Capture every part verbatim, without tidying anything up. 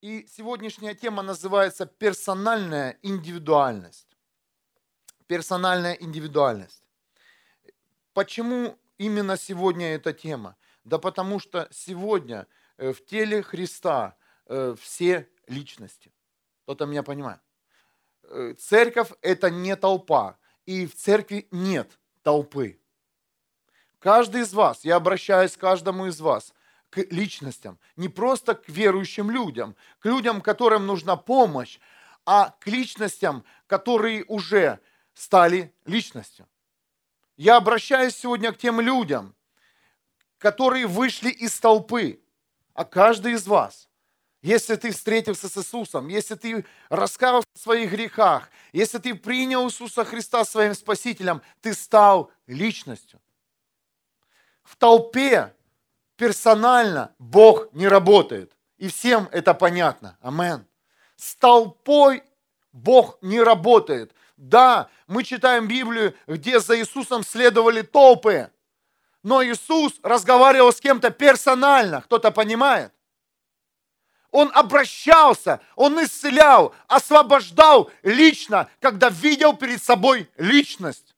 И сегодняшняя тема называется «Персональная индивидуальность». Персональная индивидуальность. Почему именно сегодня эта тема? Да потому что сегодня э, в теле Христа э, все личности. Кто-то меня понимает. Э, Церковь – это не толпа, и в церкви нет толпы. Каждый из вас, я обращаюсь к каждому из вас, к личностям, не просто к верующим людям, к людям, которым нужна помощь, а к личностям, которые уже стали личностью. Я обращаюсь сегодня к тем людям, которые вышли из толпы, а каждый из вас, если ты встретился с Иисусом, если ты раскаялся в своих грехах, если ты принял Иисуса Христа своим Спасителем, ты стал личностью. В толпе персонально Бог не работает. И всем это понятно. Амен. С толпой Бог не работает. Да, мы читаем Библию, где за Иисусом следовали толпы. Но Иисус разговаривал с кем-то персонально. Кто-то понимает? Он обращался, Он исцелял, освобождал лично, когда видел перед собой личность.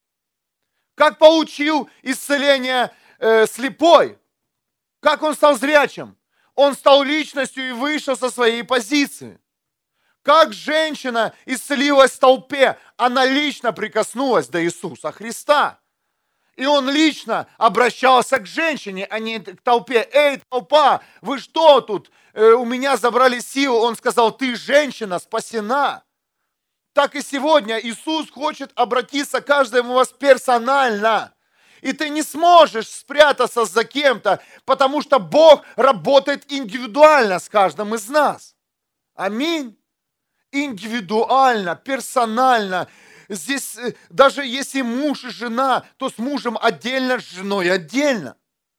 Как получил исцеление э, слепой? Как он стал зрячим? Он стал личностью и вышел со своей позиции. Как женщина исцелилась в толпе? Она лично прикоснулась до Иисуса Христа. И он лично обращался к женщине, а не к толпе. Эй, толпа, вы что тут? Э, у меня забрали силу. Он сказал, ты женщина, спасена. Так и сегодня Иисус хочет обратиться к каждому из вас персонально. И ты не сможешь спрятаться за кем-то, потому что Бог работает индивидуально с каждым из нас. Аминь. Индивидуально, персонально. Здесь даже если муж и жена, то с мужем отдельно, с женой отдельно.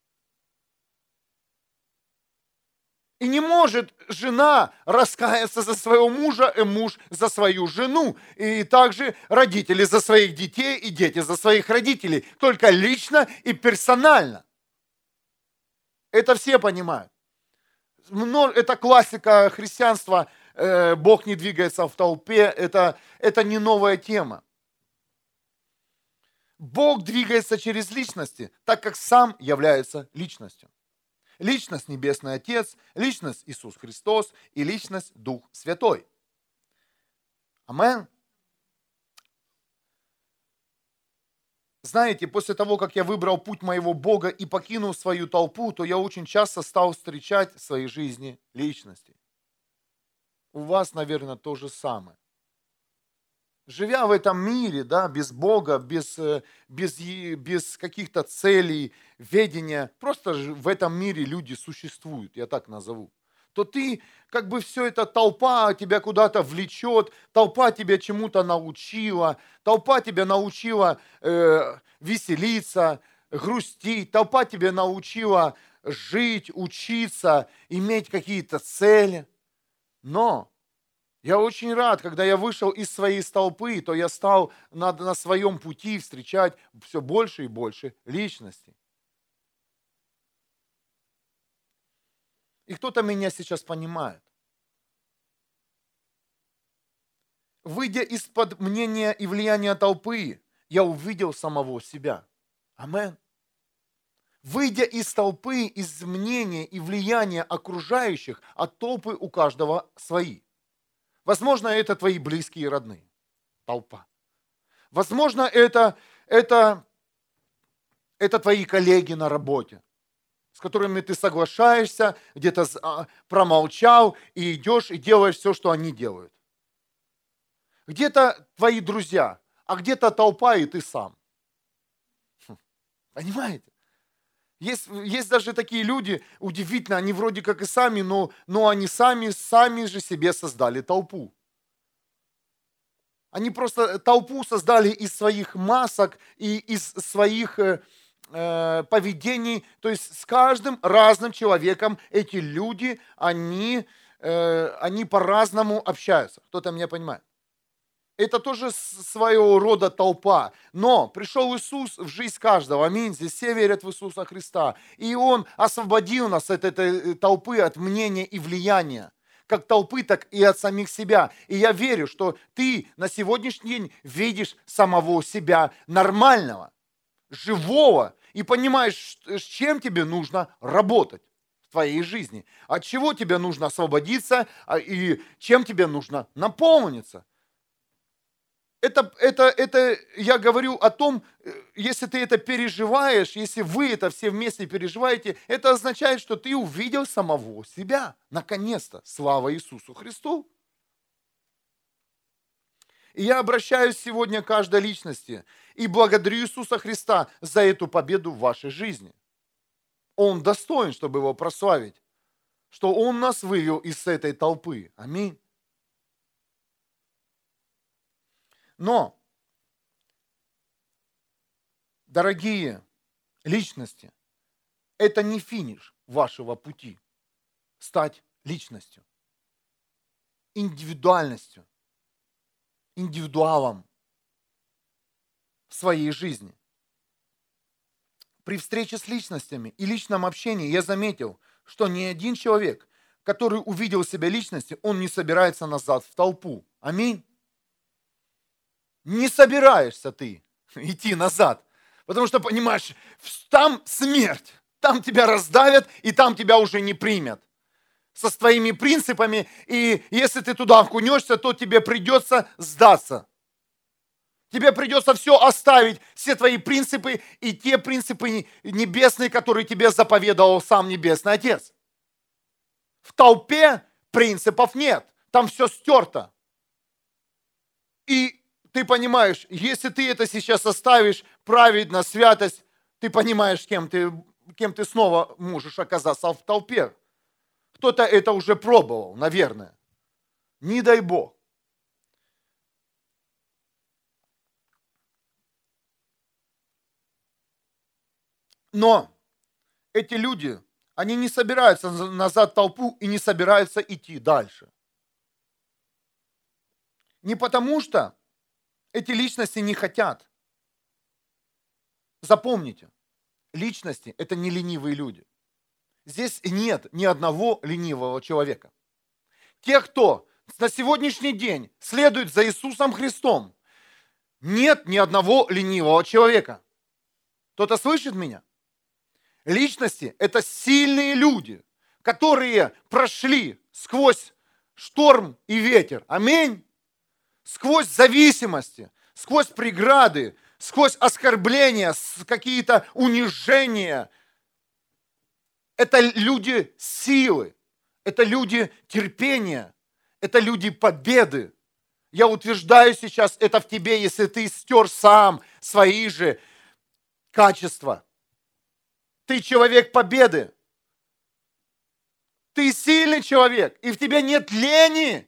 И не может жена раскаяться за своего мужа, и муж за свою жену. И также родители за своих детей, и дети за своих родителей. Только лично и персонально. Это все понимают. Это классика христианства. Бог не двигается в толпе. Это, это не новая тема. Бог двигается через личности, так как сам является личностью. Личность Небесный Отец, личность Иисус Христос и личность Дух Святой. Амен. Знаете, после того, как я выбрал путь моего Бога и покинул свою толпу, то я очень часто стал встречать в своей жизни личности. У вас, наверное, то же самое. Живя в этом мире, да, без Бога, без, без, без каких-то целей, ведения, просто в этом мире люди существуют, я так назову, то ты, как бы все это, толпа тебя куда-то влечет, толпа тебя чему-то научила, толпа тебя научила э, веселиться, грустить, толпа тебя научила жить, учиться, иметь какие-то цели. Но я очень рад, когда я вышел из своей толпы, то я стал на, на своем пути встречать все больше и больше личностей. И кто-то меня сейчас понимает. Выйдя из-под мнения и влияния толпы, я увидел самого себя. Амен. Выйдя из толпы, из мнения и влияния окружающих, от толпы у каждого свои. Возможно, это твои близкие и родные. Толпа. Возможно, это, это, это твои коллеги на работе, с которыми ты соглашаешься, где-то промолчал, и идешь и делаешь все, что они делают. Где-то твои друзья, а где-то толпа, и ты сам. Понимаете? Есть, есть даже такие люди, удивительно, они вроде как и сами, но, но они сами, сами же себе создали толпу. Они просто толпу создали из своих масок и из своих э, э, поведений. То есть с каждым разным человеком эти люди, они, э, они по-разному общаются. Кто-то меня понимает? Это тоже своего рода толпа. Но пришел Иисус в жизнь каждого. Аминь. Здесь все верят в Иисуса Христа. И Он освободил нас от этой толпы, от мнения и влияния. как толпы, так и от самих себя. И я верю, что ты на сегодняшний день видишь самого себя нормального, живого, и понимаешь, с чем тебе нужно работать в твоей жизни, от чего тебе нужно освободиться и чем тебе нужно наполниться. Это, это, это я говорю о том, если ты это переживаешь, если вы это все вместе переживаете, это означает, что ты увидел самого себя. Наконец-то. Слава Иисусу Христу. И я обращаюсь сегодня к каждой личности и благодарю Иисуса Христа за эту победу в вашей жизни. Он достоин, чтобы его прославить, что Он нас вывел из этой толпы. Аминь. Но, дорогие личности, это не финиш вашего пути. Стать личностью, индивидуальностью, индивидуалом в своей жизни. При встрече с личностями и личном общении я заметил, что ни один человек, который увидел себя личностью, он не собирается назад в толпу. Аминь. Не собираешься ты идти назад, потому что, понимаешь, там смерть, там тебя раздавят, и там тебя уже не примут со своими принципами, и если ты туда окунешься, то тебе придется сдаться. Тебе придется все оставить, все твои принципы и те принципы небесные, которые тебе заповедовал сам Небесный Отец. В толпе принципов нет, там все стерто. И ты понимаешь, если ты это сейчас оставишь, праведность, святость, ты понимаешь, кем ты, кем ты снова можешь оказаться в толпе. Кто-то это уже пробовал, наверное. Не дай Бог. Но эти люди, они не собираются назад в толпу и не собираются идти дальше. Не потому что эти личности не хотят. Запомните, личности – это не ленивые люди. Здесь нет ни одного ленивого человека. Те, кто на сегодняшний день следует за Иисусом Христом, нет ни одного ленивого человека. Кто-то слышит меня? Личности – это сильные люди, которые прошли сквозь шторм и ветер. Аминь. Сквозь зависимости, сквозь преграды, сквозь оскорбления, какие-то унижения. Это люди силы, это люди терпения, это люди победы. Я утверждаю сейчас это в тебе, если ты стер сам свои же качества. Ты человек победы. Ты сильный человек, и в тебе нет лени.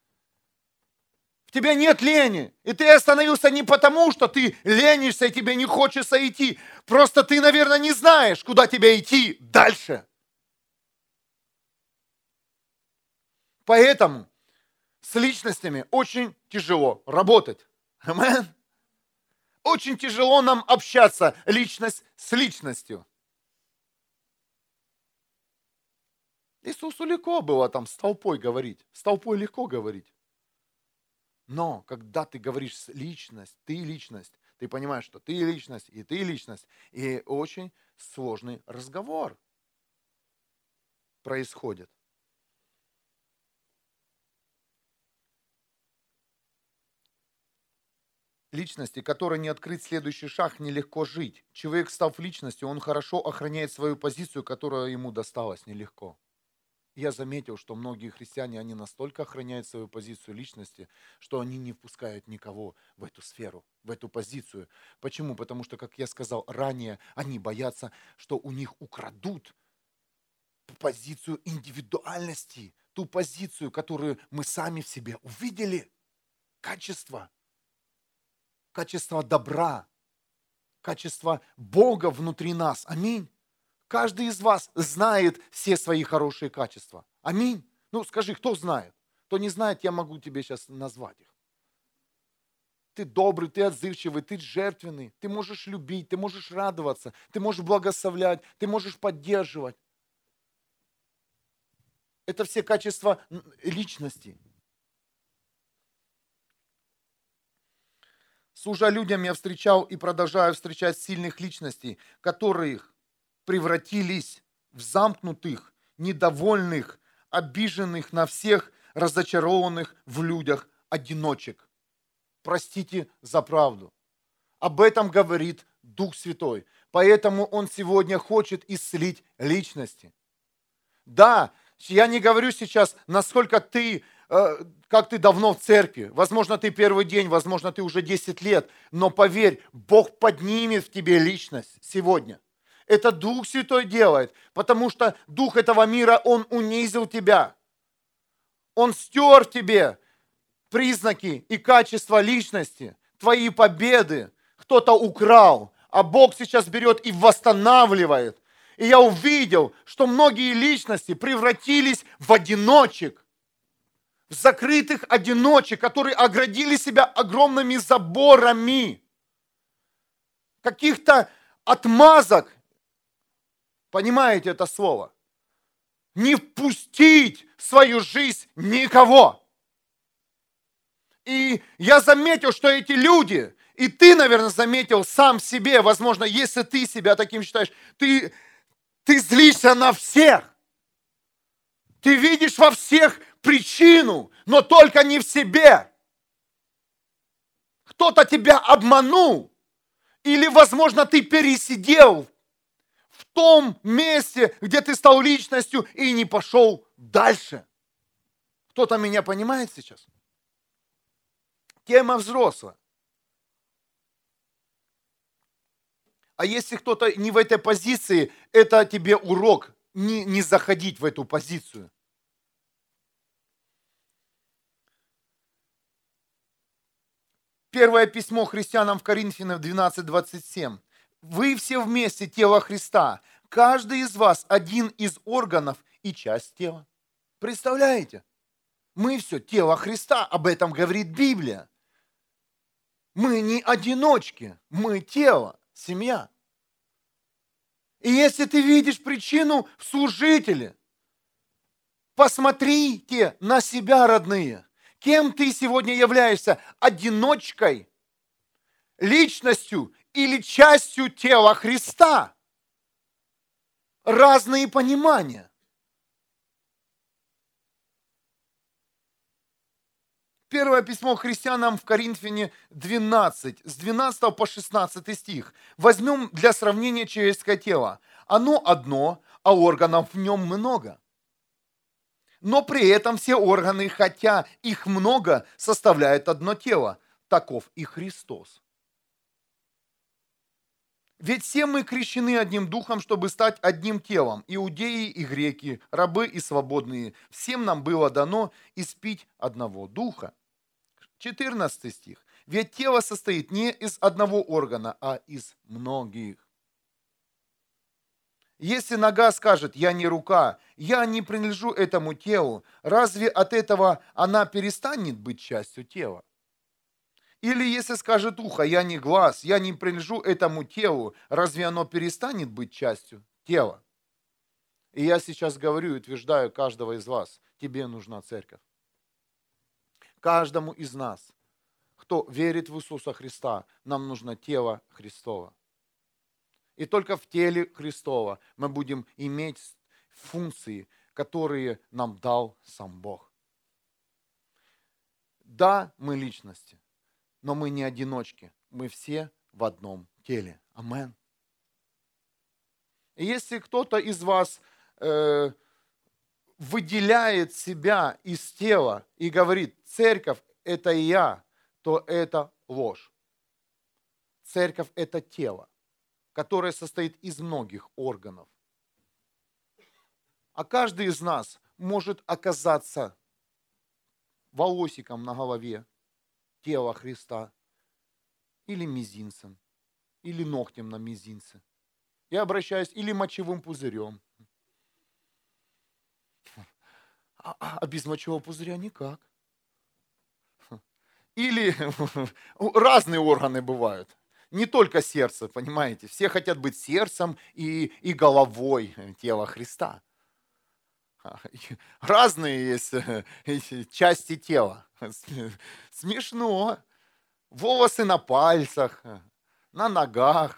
В тебе нет лени. И ты остановился не потому, что ты ленишься и тебе не хочется идти. Просто ты, наверное, не знаешь, куда тебе идти дальше. Поэтому с личностями очень тяжело работать. Амен. Очень тяжело нам общаться личность с личностью. Иисусу легко было там с толпой говорить. С толпой легко говорить. Но когда ты говоришь с личность, ты личность, ты понимаешь, что ты личность, и ты личность, и очень сложный разговор происходит. Личности, которой не открыть следующий шаг, нелегко жить. Человек, став личностью, он хорошо охраняет свою позицию, которая ему досталась нелегко. Я заметил, что многие христиане, они настолько охраняют свою позицию личности, что они не впускают никого в эту сферу, в эту позицию. Почему? Потому что, как я сказал ранее, они боятся, что у них украдут позицию индивидуальности, ту позицию, которую мы сами в себе увидели. Качество, качество добра, качество Бога внутри нас. Аминь. Каждый из вас знает все свои хорошие качества. Аминь. Ну, скажи, кто знает? Кто не знает, я могу тебе сейчас назвать их. Ты добрый, ты отзывчивый, ты жертвенный, ты можешь любить, ты можешь радоваться, ты можешь благословлять, ты можешь поддерживать. Это все качества личности. Служа людям, я встречал и продолжаю встречать сильных личностей, которые превратились в замкнутых, недовольных, обиженных на всех, разочарованных в людях одиночек. Простите за правду. Об этом говорит Дух Святой. Поэтому Он сегодня хочет исцелить личности. Да, я не говорю сейчас, насколько ты, э, как ты давно в церкви. Возможно, ты первый день, возможно, ты уже десять лет. Но поверь, Бог поднимет в тебе личность сегодня. Это Дух Святой делает, потому что Дух этого мира, Он унизил тебя. Он стер в тебе признаки и качества личности, твои победы. Кто-то украл, а Бог сейчас берет и восстанавливает. И я увидел, что многие личности превратились в одиночек, в закрытых одиночек, которые оградили себя огромными заборами, каких-то отмазок. Понимаете это слово? Не впустить в свою жизнь никого. И я заметил, что эти люди, и ты, наверное, заметил сам себе, возможно, если ты себя таким считаешь, ты, ты злишься на всех. Ты видишь во всех причину, но только не в себе. Кто-то тебя обманул. Или, возможно, ты пересидел в том месте, где ты стал личностью и не пошел дальше. Кто-то меня понимает сейчас? Тема взрослая. А если кто-то не в этой позиции, это тебе урок не, не заходить в эту позицию. Первое письмо христианам в Коринфянам двенадцать двадцать семь. Вы все вместе тело Христа. Каждый из вас один из органов и часть тела. Представляете? Мы все тело Христа. Об этом говорит Библия. Мы не одиночки. Мы тело, семья. И если ты видишь причину в служителе, посмотрите на себя, родные. Кем ты сегодня являешься? Одиночкой, личностью или частью тела Христа? Разные понимания. Первое письмо христианам в Коринфяне двенадцать, с двенадцатого по шестнадцатый стих. Возьмем для сравнения человеческое тело. Оно одно, а органов в нем много. Но при этом все органы, хотя их много, составляют одно тело. Таков и Христос. Ведь все мы крещены одним духом, чтобы стать одним телом. Иудеи и греки, рабы и свободные. Всем нам было дано испить одного духа. четырнадцатый стих. Ведь тело состоит не из одного органа, а из многих. Если нога скажет, я не рука, я не принадлежу этому телу, разве от этого она перестанет быть частью тела? Или если скажет ухо, я не глаз, я не принадлежу этому телу, разве оно перестанет быть частью тела? И я сейчас говорю и утверждаю каждого из вас, тебе нужна церковь. Каждому из нас, кто верит в Иисуса Христа, нам нужно тело Христово. И только в теле Христова мы будем иметь функции, которые нам дал сам Бог. Да, мы личности, но мы не одиночки. Мы все в одном теле. Амен. И если кто-то из вас э, выделяет себя из тела и говорит, церковь это я, то это ложь. Церковь это тело, которое состоит из многих органов. А каждый из нас может оказаться волосиком на голове тела Христа, или мизинцем, или ногтем на мизинце. Я обращаюсь, или мочевым пузырем. А, а без мочевого пузыря никак. Или разные органы бывают. Не только сердце, понимаете. Все хотят быть сердцем и, и головой тела Христа. Разные есть части тела. Смешно. Волосы на пальцах, на ногах.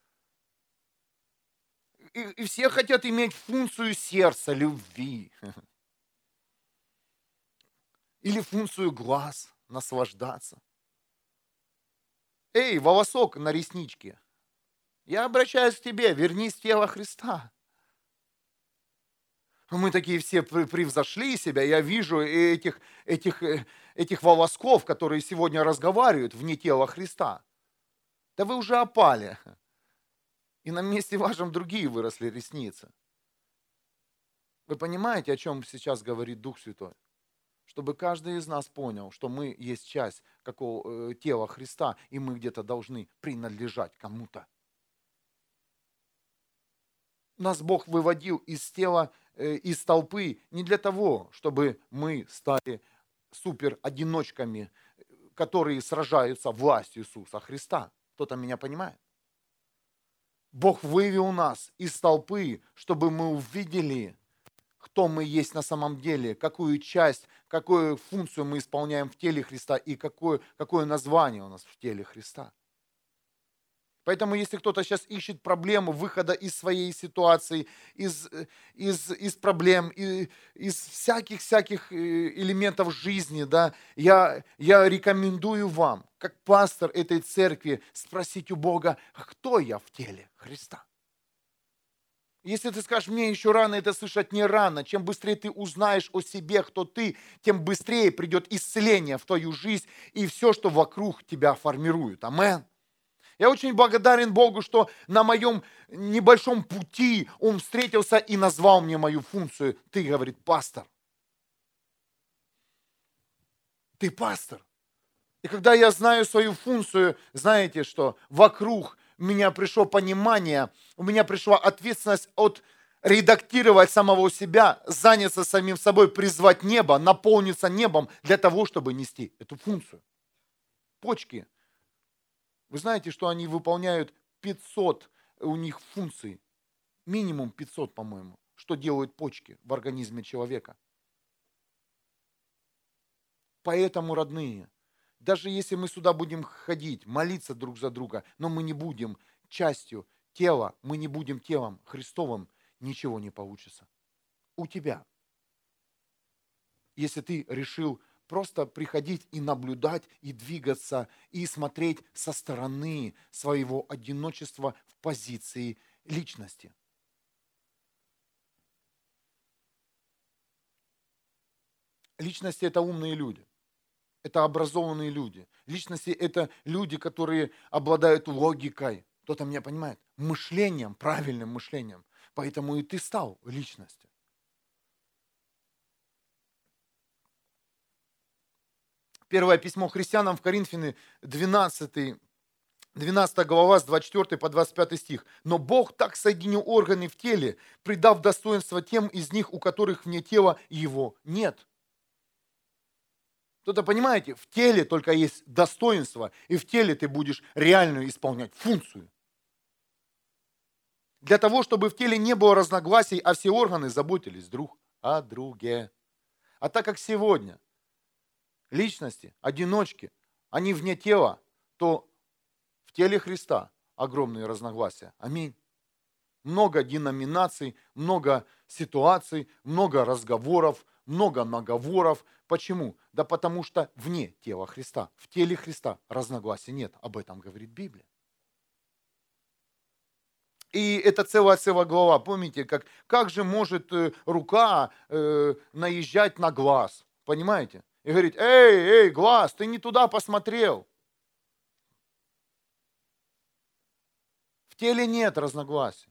И, и все хотят иметь функцию сердца, любви. Или функцию глаз, наслаждаться. Эй, волосок на ресничке, я обращаюсь к тебе, вернись в тело Христа. Мы такие все превзошли себя, я вижу этих, этих, этих волосков, которые сегодня разговаривают вне тела Христа. Да вы уже опали. И на месте вашем другие выросли ресницы. Вы понимаете, о чем сейчас говорит Дух Святой? Чтобы каждый из нас понял, что мы есть часть какого, э, тела Христа, и мы где-то должны принадлежать кому-то. Нас Бог выводил из тела, э, из толпы не для того, чтобы мы стали супер-одиночками, которые сражаются властью Иисуса Христа. Кто-то меня понимает? Бог вывел нас из толпы, чтобы мы увидели, кто мы есть на самом деле, какую часть, какую функцию мы исполняем в теле Христа и какое, какое название у нас в теле Христа. Поэтому, если кто-то сейчас ищет проблему выхода из своей ситуации, из, из, из проблем, из, из всяких-всяких элементов жизни, да, я, я рекомендую вам, как пастор этой церкви, спросить у Бога, а кто я в теле Христа? Если ты скажешь, мне еще рано это слышать, не рано. Чем быстрее ты узнаешь о себе, кто ты, тем быстрее придет исцеление в твою жизнь и все, что вокруг тебя формирует. Амен. Я очень благодарен Богу, что на моем небольшом пути Он встретился и назвал мне мою функцию. Ты, говорит, пастор. Ты пастор. И когда я знаю свою функцию, знаете что, вокруг у меня пришло понимание, у меня пришла ответственность от редактировать самого себя, заняться самим собой, призвать небо, наполниться небом для того, чтобы нести эту функцию. Почки. Вы знаете, что они выполняют пятьсот у них функций, минимум пятьсот, по-моему, что делают почки в организме человека. Поэтому, родные, даже если мы сюда будем ходить, молиться друг за друга, но мы не будем частью тела, мы не будем телом Христовым, ничего не получится. У тебя. Если ты решил просто приходить и наблюдать, и двигаться, и смотреть со стороны своего одиночества в позиции личности. Личности – это умные люди. Это образованные люди. Личности – это люди, которые обладают логикой. Кто-то меня понимает? Мышлением, правильным мышлением. Поэтому и ты стал личностью. Первое письмо христианам в Коринфяны, двенадцатая глава, с двадцать четвёртого по двадцать пятый стих. «Но Бог так соединил органы в теле, придав достоинство тем из них, у которых вне тела его нет». Кто-то понимаете, в теле только есть достоинство, и в теле ты будешь реально исполнять функцию. Для того, чтобы в теле не было разногласий, а все органы заботились друг о друге. А так как сегодня личности, одиночки, они вне тела, то в теле Христа огромные разногласия. Аминь. Много деноминаций, много ситуаций, много разговоров, много наговоров. Почему? Да потому что вне тела Христа, в теле Христа разногласий нет. Об этом говорит Библия. И это целая-целая глава. Помните, как, как же может э, рука э, наезжать на глаз? Понимаете? И говорит, эй, эй, глаз, ты не туда посмотрел. В теле нет разногласий.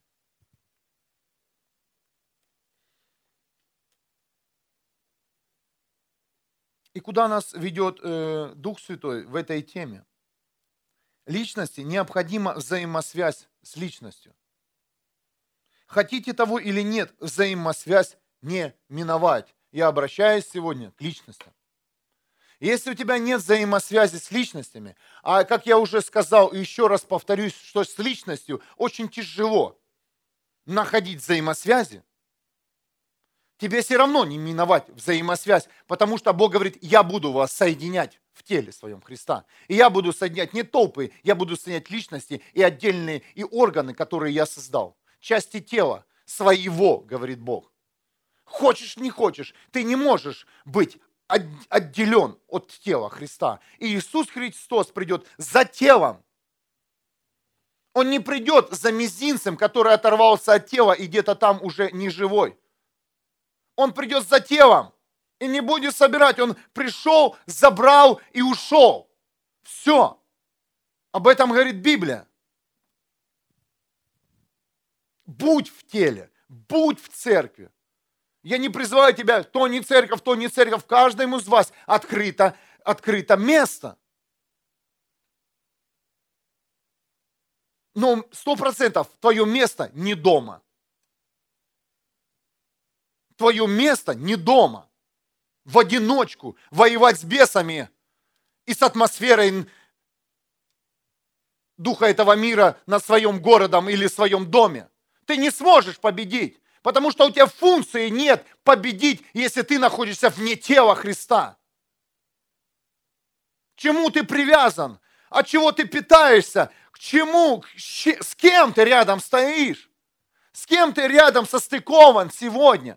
И куда нас ведет э, Дух Святой в этой теме? Личности необходима взаимосвязь с личностью. Хотите того или нет, взаимосвязь не миновать. Я обращаюсь сегодня к личностям. Если у тебя нет взаимосвязи с личностями, а как я уже сказал и еще раз повторюсь, что с личностью очень тяжело находить взаимосвязи, тебе все равно не миновать взаимосвязь, потому что Бог говорит, я буду вас соединять в теле своем Христа. И я буду соединять не толпы, я буду соединять личности и отдельные, и органы, которые я создал. Части тела своего, говорит Бог. Хочешь, не хочешь, ты не можешь быть отделен от тела Христа. И Иисус Христос придет за телом. Он не придет за мизинцем, который оторвался от тела и где-то там уже не живой. Он придет за телом и не будет собирать. Он пришел, забрал и ушел. Все. Об этом говорит Библия. Будь в теле, будь в церкви. Я не призываю тебя, то не церковь, то не церковь. Каждому из вас открыто, открыто место. Но сто процентов твое место не дома. Твое место не дома. В одиночку воевать с бесами и с атмосферой духа этого мира над своим городом или своем доме. Ты не сможешь победить, потому что у тебя функции нет победить, если ты находишься вне тела Христа. К чему ты привязан? От чего ты питаешься? К чему? С кем ты рядом стоишь? С кем ты рядом состыкован сегодня?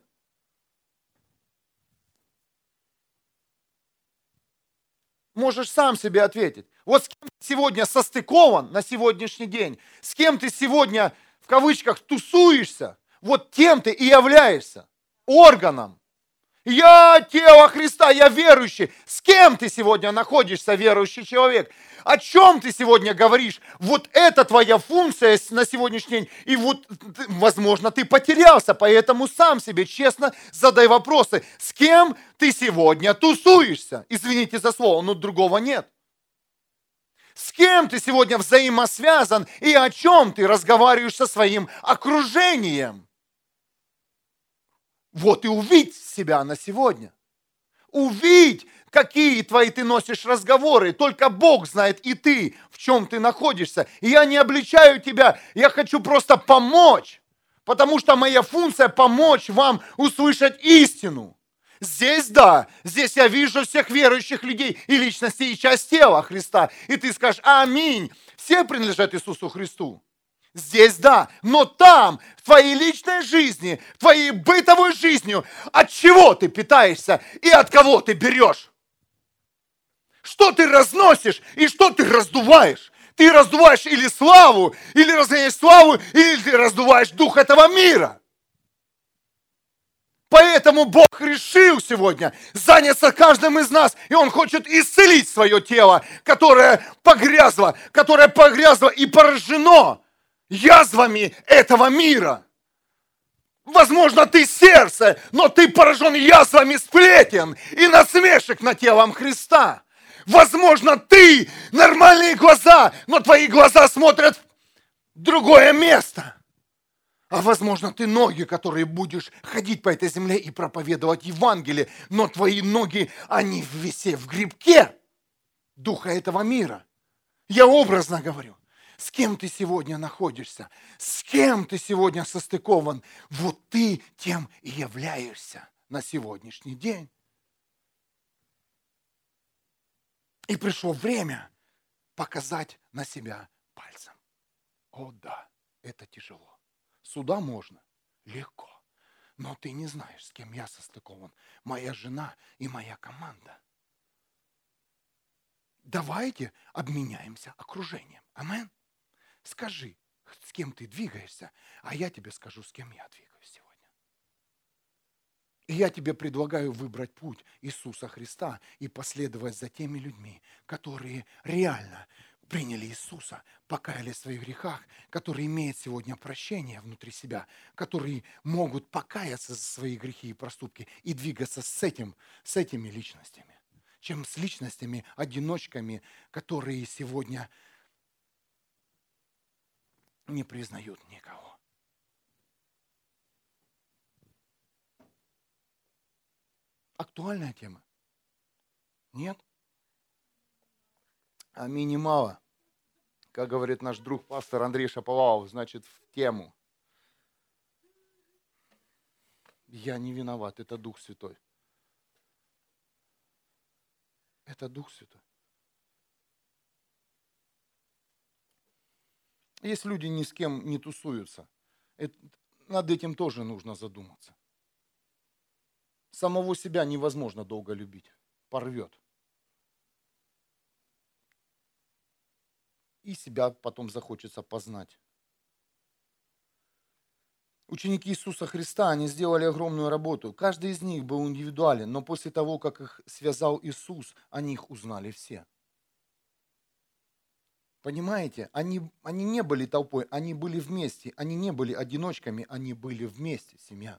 Можешь сам себе ответить. Вот с кем ты сегодня состыкован на сегодняшний день? С кем ты сегодня, в кавычках, тусуешься? Вот тем ты и являешься. Органом. Я тело Христа, я верующий. С кем ты сегодня находишься, верующий человек? О чем ты сегодня говоришь? Вот это твоя функция на сегодняшний день. И вот, возможно, ты потерялся, поэтому сам себе честно задай вопросы. С кем ты сегодня тусуешься? Извините за слово, но другого нет. С кем ты сегодня взаимосвязан и о чем ты разговариваешь со своим окружением? Вот и увидь себя на сегодня. Увидь, какие твои ты носишь разговоры. Только Бог знает и ты, в чем ты находишься. И я не обличаю тебя, я хочу просто помочь. Потому что моя функция помочь вам услышать истину. Здесь да, здесь я вижу всех верующих людей и личностей, и часть тела Христа. И ты скажешь, аминь, все принадлежат Иисусу Христу. Здесь да, но там, в твоей личной жизни, в твоей бытовой жизнью, от чего ты питаешься и от кого ты берешь? Что ты разносишь и что ты раздуваешь? Ты раздуваешь или славу, или разгоняешь славу, или ты раздуваешь дух этого мира. Поэтому Бог решил сегодня заняться каждым из нас, и Он хочет исцелить свое тело, которое погрязло, которое погрязло и поражено язвами этого мира. Возможно, ты сердце, но ты поражен язвами сплетен и насмешек над телом Христа. Возможно, ты нормальные глаза, но твои глаза смотрят в другое место. А возможно, ты ноги, которые будешь ходить по этой земле и проповедовать Евангелие, но твои ноги, они висят в грибке духа этого мира. Я образно говорю. С кем ты сегодня находишься? С кем ты сегодня состыкован? Вот ты тем и являешься на сегодняшний день. И пришло время показать на себя пальцем. О да, это тяжело. Сюда можно, легко. Но ты не знаешь, с кем я состыкован. Моя жена и моя команда. Давайте обменяемся окружением. Амин. Скажи, с кем ты двигаешься, а я тебе скажу, с кем я двигаюсь сегодня. И я тебе предлагаю выбрать путь Иисуса Христа и последовать за теми людьми, которые реально приняли Иисуса, покаялись в своих грехах, которые имеют сегодня прощение внутри себя, которые могут покаяться за свои грехи и проступки и двигаться с этим, с этими личностями, чем с личностями, одиночками, которые сегодня не признают никого. Актуальная тема? Нет? Аминь и мало. Как говорит наш друг пастор Андрей Шаповалов, значит, в тему. Я не виноват, это Дух Святой. Это Дух Святой. Если люди ни с кем не тусуются, это, над этим тоже нужно задуматься. Самого себя невозможно долго любить, порвет. И себя потом захочется познать. Ученики Иисуса Христа, они сделали огромную работу. Каждый из них был индивидуален, но после того, как их связал Иисус, они их узнали все. Понимаете, они, они не были толпой, они были вместе, они не были одиночками, они были вместе, семья.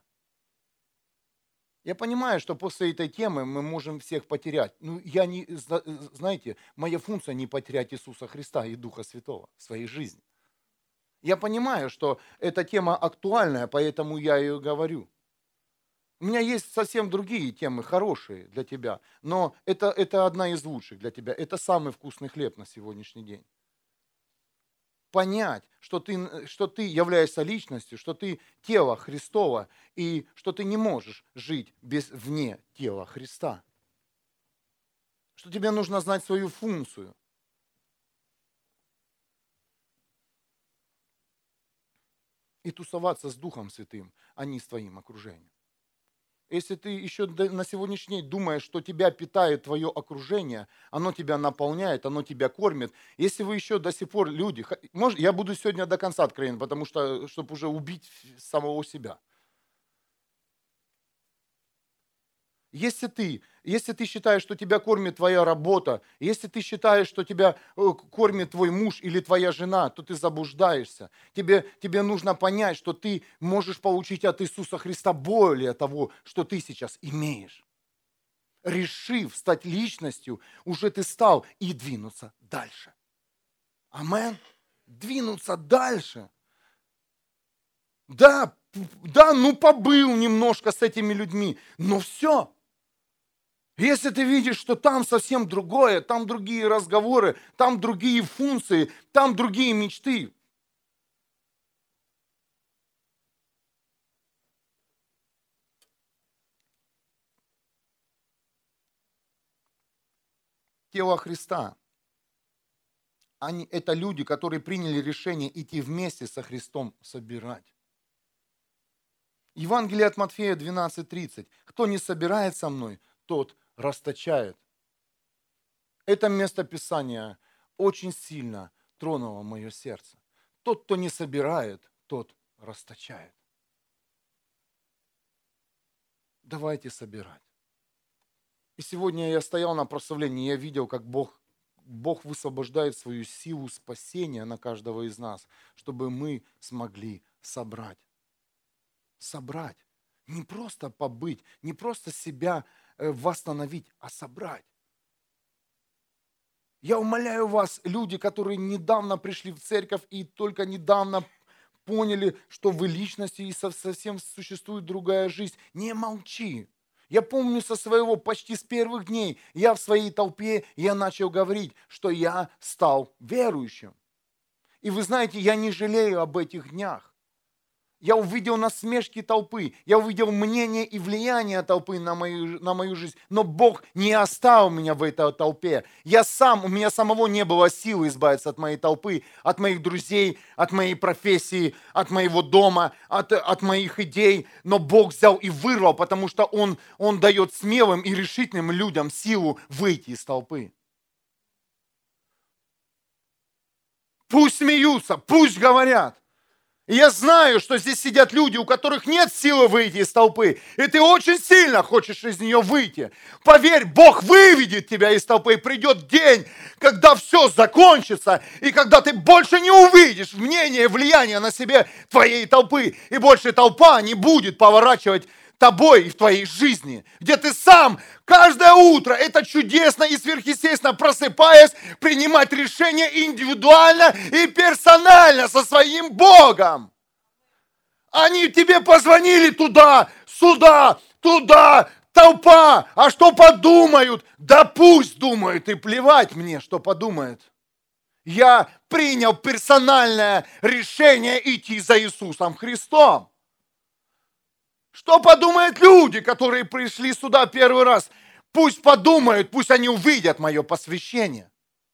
Я понимаю, что после этой темы мы можем всех потерять. Ну, я не, знаете, моя функция не потерять Иисуса Христа и Духа Святого в своей жизни. Я понимаю, что эта тема актуальная, поэтому я ее говорю. У меня есть совсем другие темы, хорошие для тебя, но это, это одна из лучших для тебя. Это самый вкусный хлеб на сегодняшний день. Понять, что ты, что ты являешься личностью, что ты тело Христово, и что ты не можешь жить без, вне тела Христа. Что тебе нужно знать свою функцию. И тусоваться с Духом Святым, а не с твоим окружением. Если ты еще на сегодняшний день думаешь, что тебя питает твое окружение, оно тебя наполняет, оно тебя кормит. Если вы еще до сих пор люди, может, я буду сегодня до конца откровенен, потому что, чтобы уже убить самого себя. Если ты, если ты считаешь, что тебя кормит твоя работа, если ты считаешь, что тебя кормит твой муж или твоя жена, то ты заблуждаешься. Тебе, тебе нужно понять, что ты можешь получить от Иисуса Христа более того, что ты сейчас имеешь. Решив стать личностью, уже ты стал и двинуться дальше. Амен. Двинуться дальше. Да, да, ну побыл немножко с этими людьми, но все. Если ты видишь, что там совсем другое, там другие разговоры, там другие функции, там другие мечты. Тело Христа. Они, это люди, которые приняли решение идти вместе со Христом собирать. Евангелие от Матфея двенадцать тридцать. Кто не собирает со мной, тот расточает. Это местописание очень сильно тронуло мое сердце. Тот, кто не собирает, тот расточает. Давайте собирать. И сегодня я стоял на прославлении, я видел, как Бог, Бог высвобождает свою силу спасения на каждого из нас, чтобы мы смогли собрать. Собрать. Не просто побыть, не просто себя восстановить, а собрать. Я умоляю вас, люди, которые недавно пришли в церковь и только недавно поняли, что вы личности и совсем существует другая жизнь, не молчи. Я помню со своего почти с первых дней, я в своей толпе, я начал говорить, что я стал верующим. И вы знаете, я не жалею об этих днях. Я увидел насмешки толпы, я увидел мнение и влияние толпы на мою, на мою жизнь, но Бог не оставил меня в этой толпе. Я сам, у меня самого не было силы избавиться от моей толпы, от моих друзей, от моей профессии, от моего дома, от, от моих идей, но Бог взял и вырвал, потому что Он, Он дает смелым и решительным людям силу выйти из толпы. Пусть смеются, пусть говорят. И я знаю, что здесь сидят люди, у которых нет силы выйти из толпы, и ты очень сильно хочешь из нее выйти. Поверь, Бог выведет тебя из толпы, и придет день, когда все закончится, и когда ты больше не увидишь мнения и влияния на себе твоей толпы, и больше толпа не будет поворачивать тобой и в твоей жизни, где ты сам каждое утро, это чудесно и сверхъестественно, просыпаясь, принимать решения индивидуально и персонально со своим Богом. Они тебе позвонили туда, сюда, туда, толпа, а что подумают? Да пусть думают, и плевать мне, что подумают. Я принял персональное решение идти за Иисусом Христом. Что подумают люди, которые пришли сюда первый раз? Пусть подумают, пусть они увидят мое посвящение.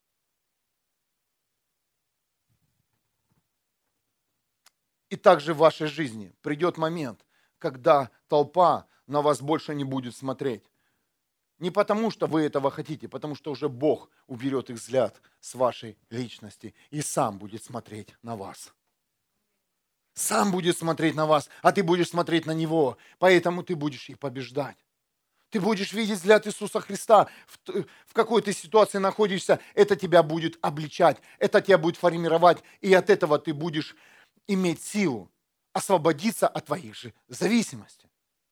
И также в вашей жизни придет момент, когда толпа на вас больше не будет смотреть. Не потому, что вы этого хотите, потому что уже Бог уберет их взгляд с вашей личности и сам будет смотреть на вас. Сам будет смотреть на вас, а ты будешь смотреть на Него. Поэтому ты будешь их побеждать. Ты будешь видеть взгляд Иисуса Христа. В, в какой ты ситуации находишься, это тебя будет обличать, это тебя будет формировать. И от этого ты будешь иметь силу освободиться от твоих же зависимостей.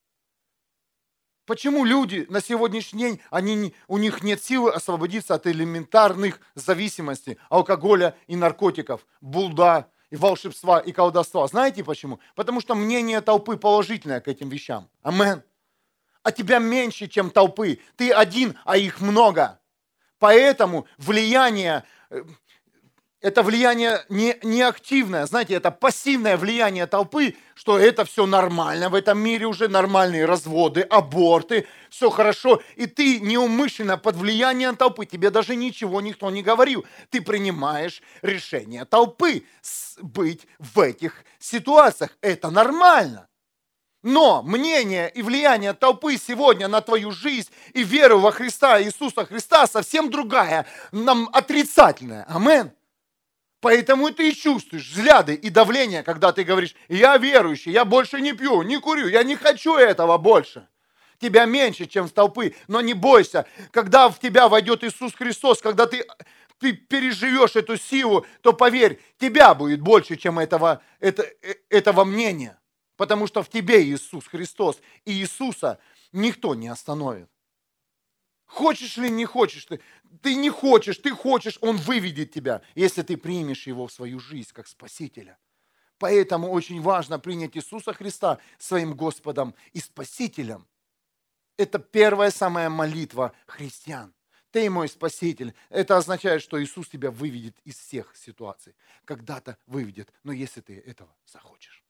Почему люди на сегодняшний день, они, не- у них нет силы освободиться от элементарных зависимостей, алкоголя и наркотиков, блуда, и волшебства, и колдовства? Знаете почему? Потому что мнение толпы положительное к этим вещам. Амен. А тебя меньше, чем толпы. Ты один, а их много. Поэтому влияние, э, это влияние не, не активное, знаете, это пассивное влияние толпы, что это все нормально в этом мире уже, нормальные разводы, аборты, все хорошо. И ты неумышленно под влиянием толпы, тебе даже ничего никто не говорил. Ты принимаешь решение толпы быть в этих ситуациях. Это нормально. Но мнение и влияние толпы сегодня на твою жизнь и веру во Христа, Иисуса Христа совсем другая, нам отрицательная. Амен. Поэтому ты и чувствуешь взгляды и давление, когда ты говоришь: я верующий, я больше не пью, не курю, я не хочу этого больше. Тебя меньше, чем с толпы, но не бойся. Когда в тебя войдет Иисус Христос, когда ты, ты переживешь эту силу, то поверь, тебя будет больше, чем этого, это, этого мнения. Потому что в тебе Иисус Христос, и Иисуса никто не остановит. Хочешь ли, не хочешь ты? Ты не хочешь, ты хочешь, Он выведет тебя, если ты примешь Его в свою жизнь как Спасителя. Поэтому очень важно принять Иисуса Христа своим Господом и Спасителем. Это первая самая молитва христиан. Ты мой Спаситель. Это означает, что Иисус тебя выведет из всех ситуаций. Когда-то выведет, но если ты этого захочешь.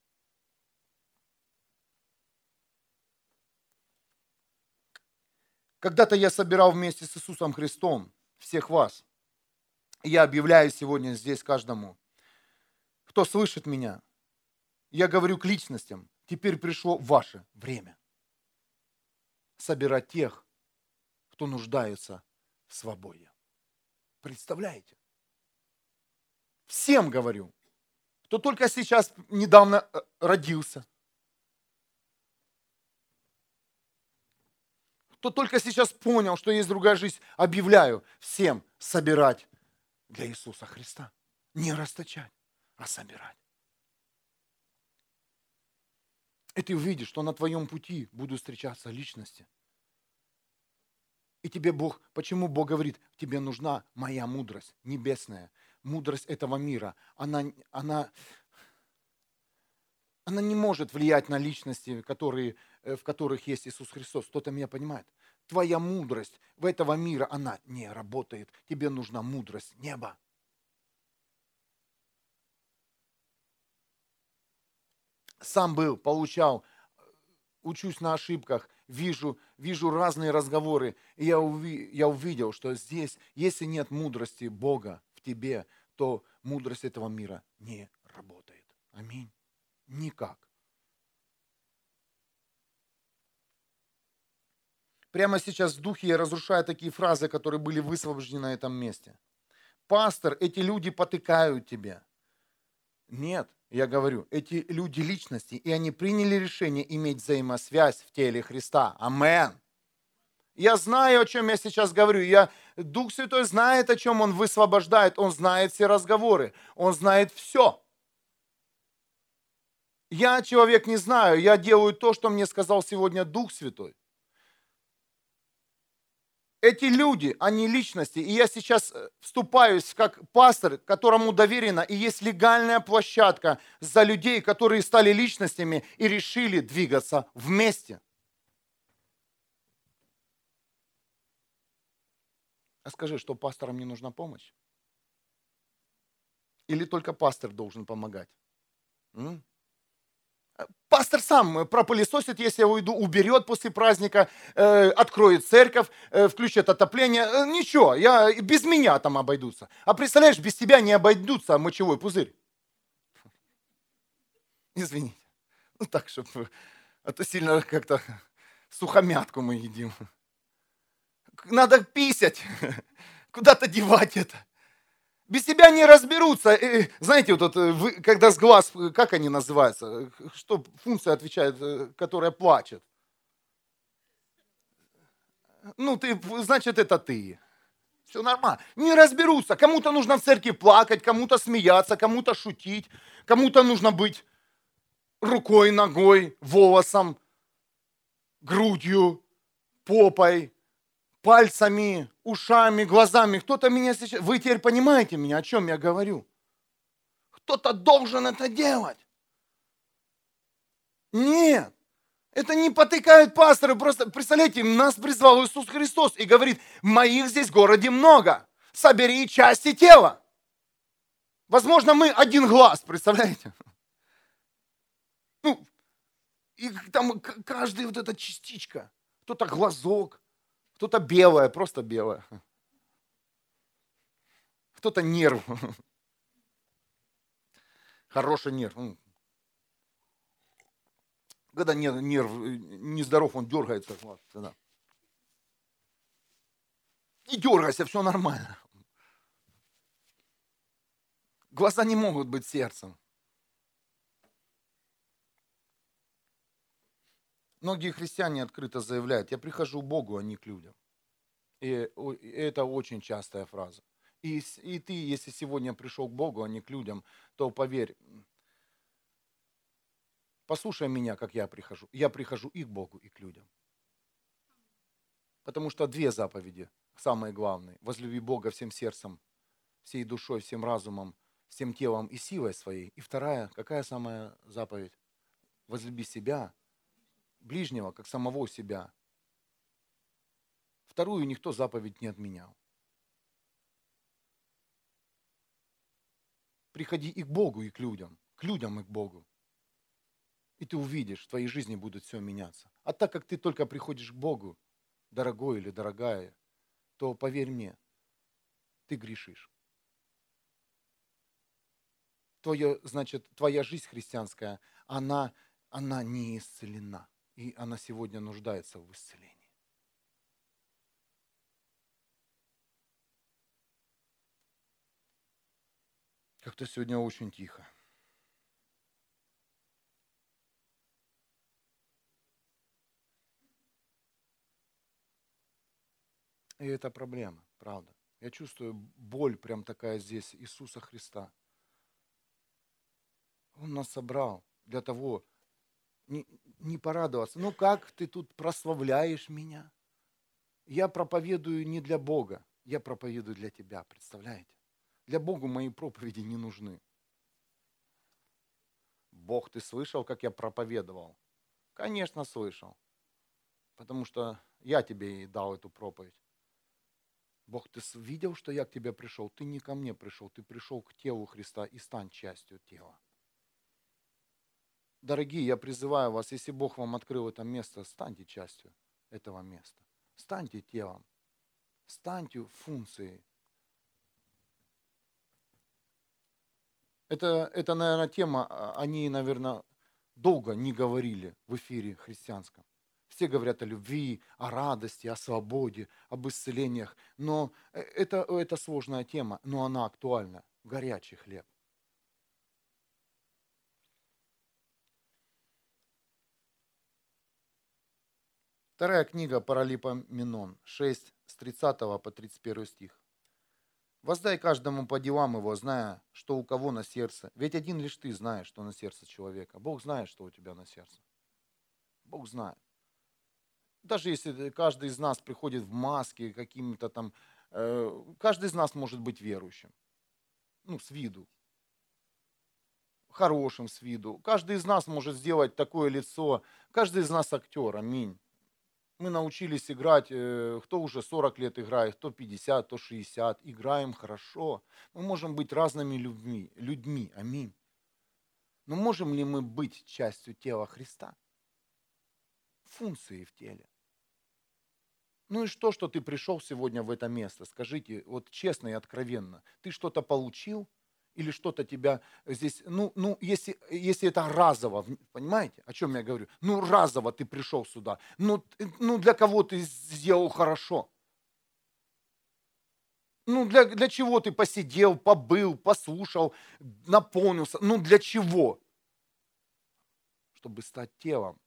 Когда-то я собирал вместе с Иисусом Христом всех вас. И я объявляю сегодня здесь каждому, кто слышит меня. Я говорю к личностям, теперь пришло ваше время собирать тех, кто нуждается в свободе. Представляете? Всем говорю, кто только сейчас недавно родился, кто только сейчас понял, что есть другая жизнь, объявляю всем собирать для Иисуса Христа. Не расточать, а собирать. И ты увидишь, что на твоем пути будут встречаться личности. И тебе Бог, почему Бог говорит, тебе нужна моя мудрость небесная, мудрость этого мира. Она, она, она не может влиять на личности, которые, в которых есть Иисус Христос. Кто-то меня понимает? Твоя мудрость в этого мира, она не работает. Тебе нужна мудрость неба. Сам был, получал, учусь на ошибках, вижу, вижу разные разговоры, и я, уви, я увидел, что здесь, если нет мудрости Бога в тебе, то мудрость этого мира не работает. Аминь. Никак. Прямо сейчас в духе я разрушаю такие фразы, которые были высвобождены на этом месте. Пастор, эти люди потыкают тебя. Нет, я говорю, эти люди личности, и они приняли решение иметь взаимосвязь в теле Христа. Амен. Я знаю, о чем я сейчас говорю. Я, Дух Святой знает, о чем Он высвобождает. Он знает все разговоры. Он знает все. Я человек не знаю. Я делаю то, что мне сказал сегодня Дух Святой. Эти люди, они личности, и я сейчас вступаюсь как пастор, которому доверено, и есть легальная площадка за людей, которые стали личностями и решили двигаться вместе. А скажи, что пасторам не нужна помощь? Или только пастор должен помогать? М? Пастор сам пропылесосит, если я уйду, уберет после праздника, э, откроет церковь, э, включит отопление. Э, ничего, я, без меня там обойдутся. А представляешь, без тебя не обойдутся мочевой пузырь. Извините. Ну так, чтобы... А то сильно как-то сухомятку мы едим. Надо писать, куда-то девать это. Без тебя не разберутся. Знаете, вот это, когда с глаз, как они называются? Что функция отвечает, которая плачет? Ну, ты, значит, это ты. Все нормально. Не разберутся. Кому-то нужно в церкви плакать, кому-то смеяться, кому-то шутить, кому-то нужно быть рукой, ногой, волосом, грудью, попой, пальцами, ушами, глазами. Кто-то меня сейчас... Вы теперь понимаете меня, о чем я говорю? Кто-то должен это делать. Нет. Это не потыкают пасторы. Просто, представляете, нас призвал Иисус Христос и говорит, моих здесь в городе много. Собери части тела. Возможно, мы один глаз, представляете? Ну, и там каждая вот эта частичка. Кто-то глазок, кто-то белое, просто белое. Кто-то нерв. Хороший нерв. Когда нерв, нерв нездоров, он дергается. Вот, да. Не дергайся, все нормально. Глаза не могут быть сердцем. Многие христиане открыто заявляют, я прихожу к Богу, а не к людям. И это очень частая фраза. И, и ты, если сегодня пришел к Богу, а не к людям, то поверь, послушай меня, как я прихожу. Я прихожу и к Богу, и к людям. Потому что две заповеди, самые главные. Возлюби Бога всем сердцем, всей душой, всем разумом, всем телом и силой своей. И вторая, какая самая заповедь? Возлюби себя, ближнего, как самого себя. Вторую никто заповедь не отменял. Приходи и к Богу, и к людям. К людям и к Богу. И ты увидишь, в твоей жизни будет все меняться. А так как ты только приходишь к Богу, дорогой или дорогая, то поверь мне, ты грешишь. Твоя, значит, твоя жизнь христианская, она, она не исцелена. И она сегодня нуждается в исцелении. Как-то сегодня очень тихо. И это проблема, правда. Я чувствую боль прям такая здесь Иисуса Христа. Он нас собрал для того, не, не порадоваться. Ну как ты тут прославляешь меня? Я проповедую не для Бога, я проповедую для тебя, представляете? Для Бога мои проповеди не нужны. Бог, ты слышал, как я проповедовал? Конечно, слышал. Потому что я тебе и дал эту проповедь. Бог, ты видел, что я к тебе пришел? Ты не ко мне пришел, ты пришел к телу Христа и стань частью тела. Дорогие, я призываю вас, если Бог вам открыл это место, станьте частью этого места. Станьте телом. Станьте функцией. Это, это, наверное, тема, о ней, наверное, долго не говорили в эфире христианском. Все говорят о любви, о радости, о свободе, об исцелениях. Но это, это сложная тема, но она актуальна. Горячий хлеб. Вторая книга Паралипоменон, шесть, с тридцатого по тридцать первый стих. «Воздай каждому по делам его, зная, что у кого на сердце. Ведь один лишь ты знаешь, что на сердце человека. Бог знает, что у тебя на сердце. Бог знает. Даже если каждый из нас приходит в маске каким-то там, э, каждый из нас может быть верующим. Ну, с виду. Хорошим с виду. Каждый из нас может сделать такое лицо. Каждый из нас актер. Аминь. Мы научились играть, кто уже сорок лет играет, кто пятьдесят, кто шестьдесят. Играем хорошо. Мы можем быть разными людьми. людьми. Аминь. Но можем ли мы быть частью тела Христа? Функции в теле. Ну и что, что ты пришел сегодня в это место? Скажите, вот честно и откровенно, ты что-то получил? Или что-то тебя здесь, ну, ну если, если это разово, понимаете, о чем я говорю? Ну, разово ты пришел сюда. Ну, ну для кого ты сделал хорошо? Ну, для, для чего ты посидел, побыл, послушал, наполнился? Ну, для чего? Чтобы стать телом.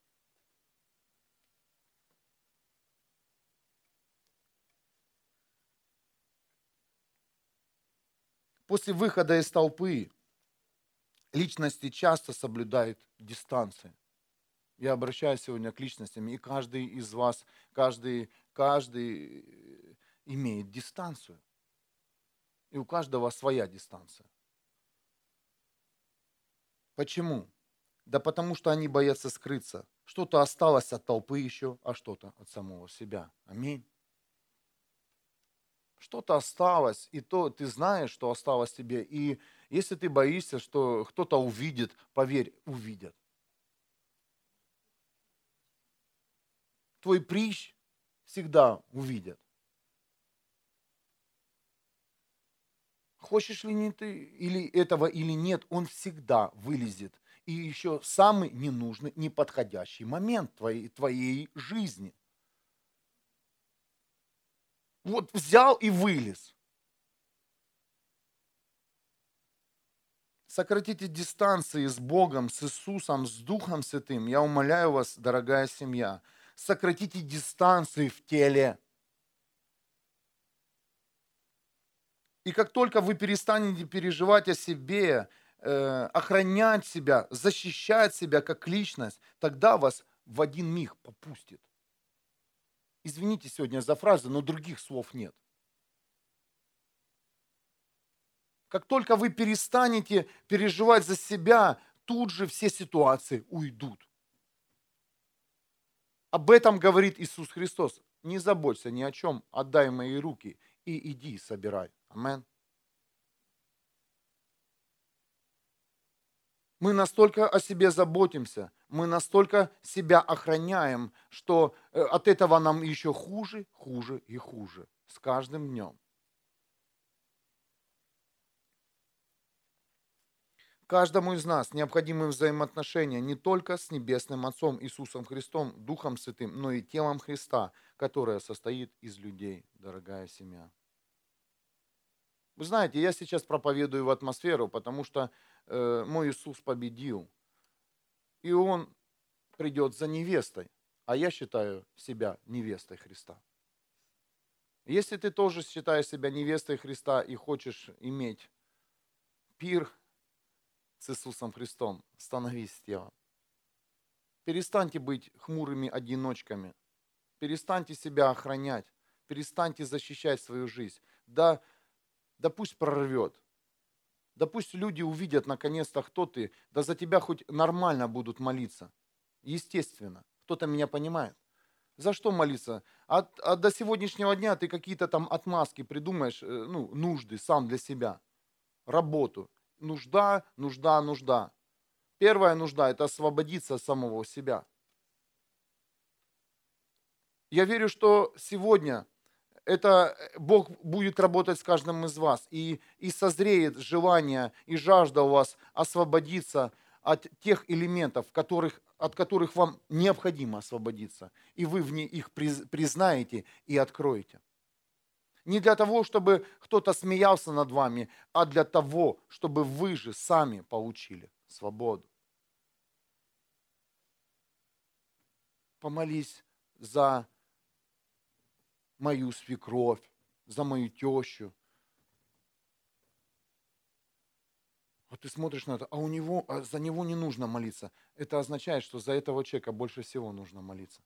После выхода из толпы личности часто соблюдают дистанции. Я обращаюсь сегодня к личностям, и каждый из вас, каждый, каждый имеет дистанцию. И у каждого своя дистанция. Почему? Да потому что они боятся скрыться. Что-то осталось от толпы еще, а что-то от самого себя. Аминь. Что-то осталось, и то ты знаешь, что осталось тебе. И если ты боишься, что кто-то увидит, поверь, увидят. Твой прищ всегда увидят. Хочешь ли не ты или этого или нет, он всегда вылезет. И еще самый ненужный, неподходящий момент твоей, твоей жизни. Вот взял и вылез. Сократите дистанции с Богом, с Иисусом, с Духом Святым. Я умоляю вас, дорогая семья, сократите дистанции в теле. И как только вы перестанете переживать о себе, э, охранять себя, защищать себя как личность, тогда вас в один миг попустит. Извините сегодня за фразу, но других слов нет. Как только вы перестанете переживать за себя, тут же все ситуации уйдут. Об этом говорит Иисус Христос. Не заботься ни о чем, отдай мои руки и иди собирай. Амен. Мы настолько о себе заботимся, мы настолько себя охраняем, что от этого нам еще хуже, хуже и хуже с каждым днем. Каждому из нас необходимы взаимоотношения не только с Небесным Отцом Иисусом Христом, Духом Святым, но и телом Христа, которое состоит из людей, дорогая семья. Вы знаете, я сейчас проповедую в атмосферу, потому что э, мой Иисус победил. И Он придет за невестой, а я считаю себя невестой Христа. Если ты тоже считаешь себя невестой Христа и хочешь иметь пир с Иисусом Христом, становись телом. Перестаньте быть хмурыми одиночками. Перестаньте себя охранять. Перестаньте защищать свою жизнь. Да, да пусть прорвет. Да пусть люди увидят наконец-то, кто ты. Да за тебя хоть нормально будут молиться. Естественно. Кто-то меня понимает. За что молиться? А, а до сегодняшнего дня ты какие-то там отмазки придумаешь, ну, нужды сам для себя. Работу. Нужда, нужда, нужда. Первая нужда – это освободиться от самого себя. Я верю, что сегодня это Бог будет работать с каждым из вас. И, и созреет желание и жажда у вас освободиться от тех элементов, которых, от которых вам необходимо освободиться. И вы в них их признаете и откроете. Не для того, чтобы кто-то смеялся над вами, а для того, чтобы вы же сами получили свободу. Помолись за мою свекровь, за мою тещу. Вот ты смотришь на это, а у него, а за него не нужно молиться. Это означает, что за этого человека больше всего нужно молиться.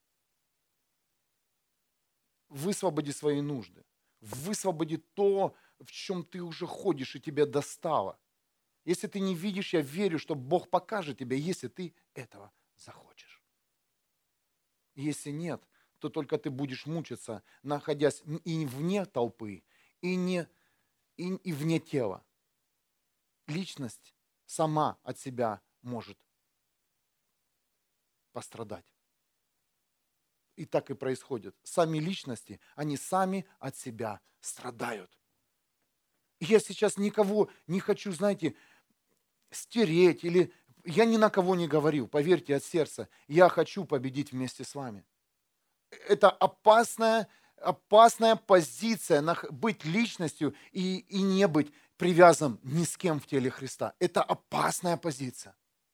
Высвободи свои нужды. Высвободи то, в чем ты уже ходишь и тебя достало. Если ты не видишь, я верю, что Бог покажет тебе, если ты этого захочешь. Если нет, то только ты будешь мучиться, находясь и вне толпы, и, не, и, и вне тела. Личность сама от себя может пострадать. И так и происходит. Сами личности, они сами от себя страдают. И я сейчас никого не хочу, знаете, стереть, или я ни на кого не говорил, поверьте от сердца, я хочу победить вместе с вами. Это опасная, опасная позиция, быть личностью и, и не быть привязан ни с кем в теле Христа. Это опасная позиция.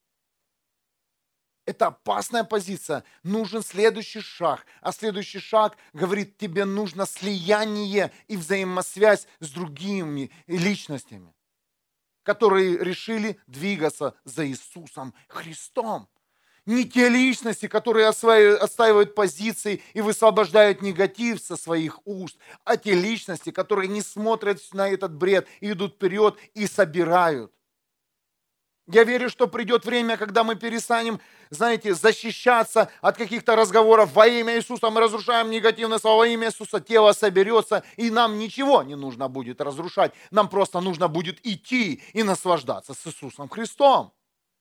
Это опасная позиция. Нужен следующий шаг. А следующий шаг говорит, тебе нужно слияние и взаимосвязь с другими личностями, которые решили двигаться за Иисусом Христом. Не те личности, которые отстаивают позиции и высвобождают негатив со своих уст, а те личности, которые не смотрят на этот бред, и идут вперед и собирают. Я верю, что придет время, когда мы перестанем, знаете, защищаться от каких-то разговоров. Во имя Иисуса мы разрушаем негативное слово, во имя Иисуса тело соберется, и нам ничего не нужно будет разрушать. Нам просто нужно будет идти и наслаждаться с Иисусом Христом.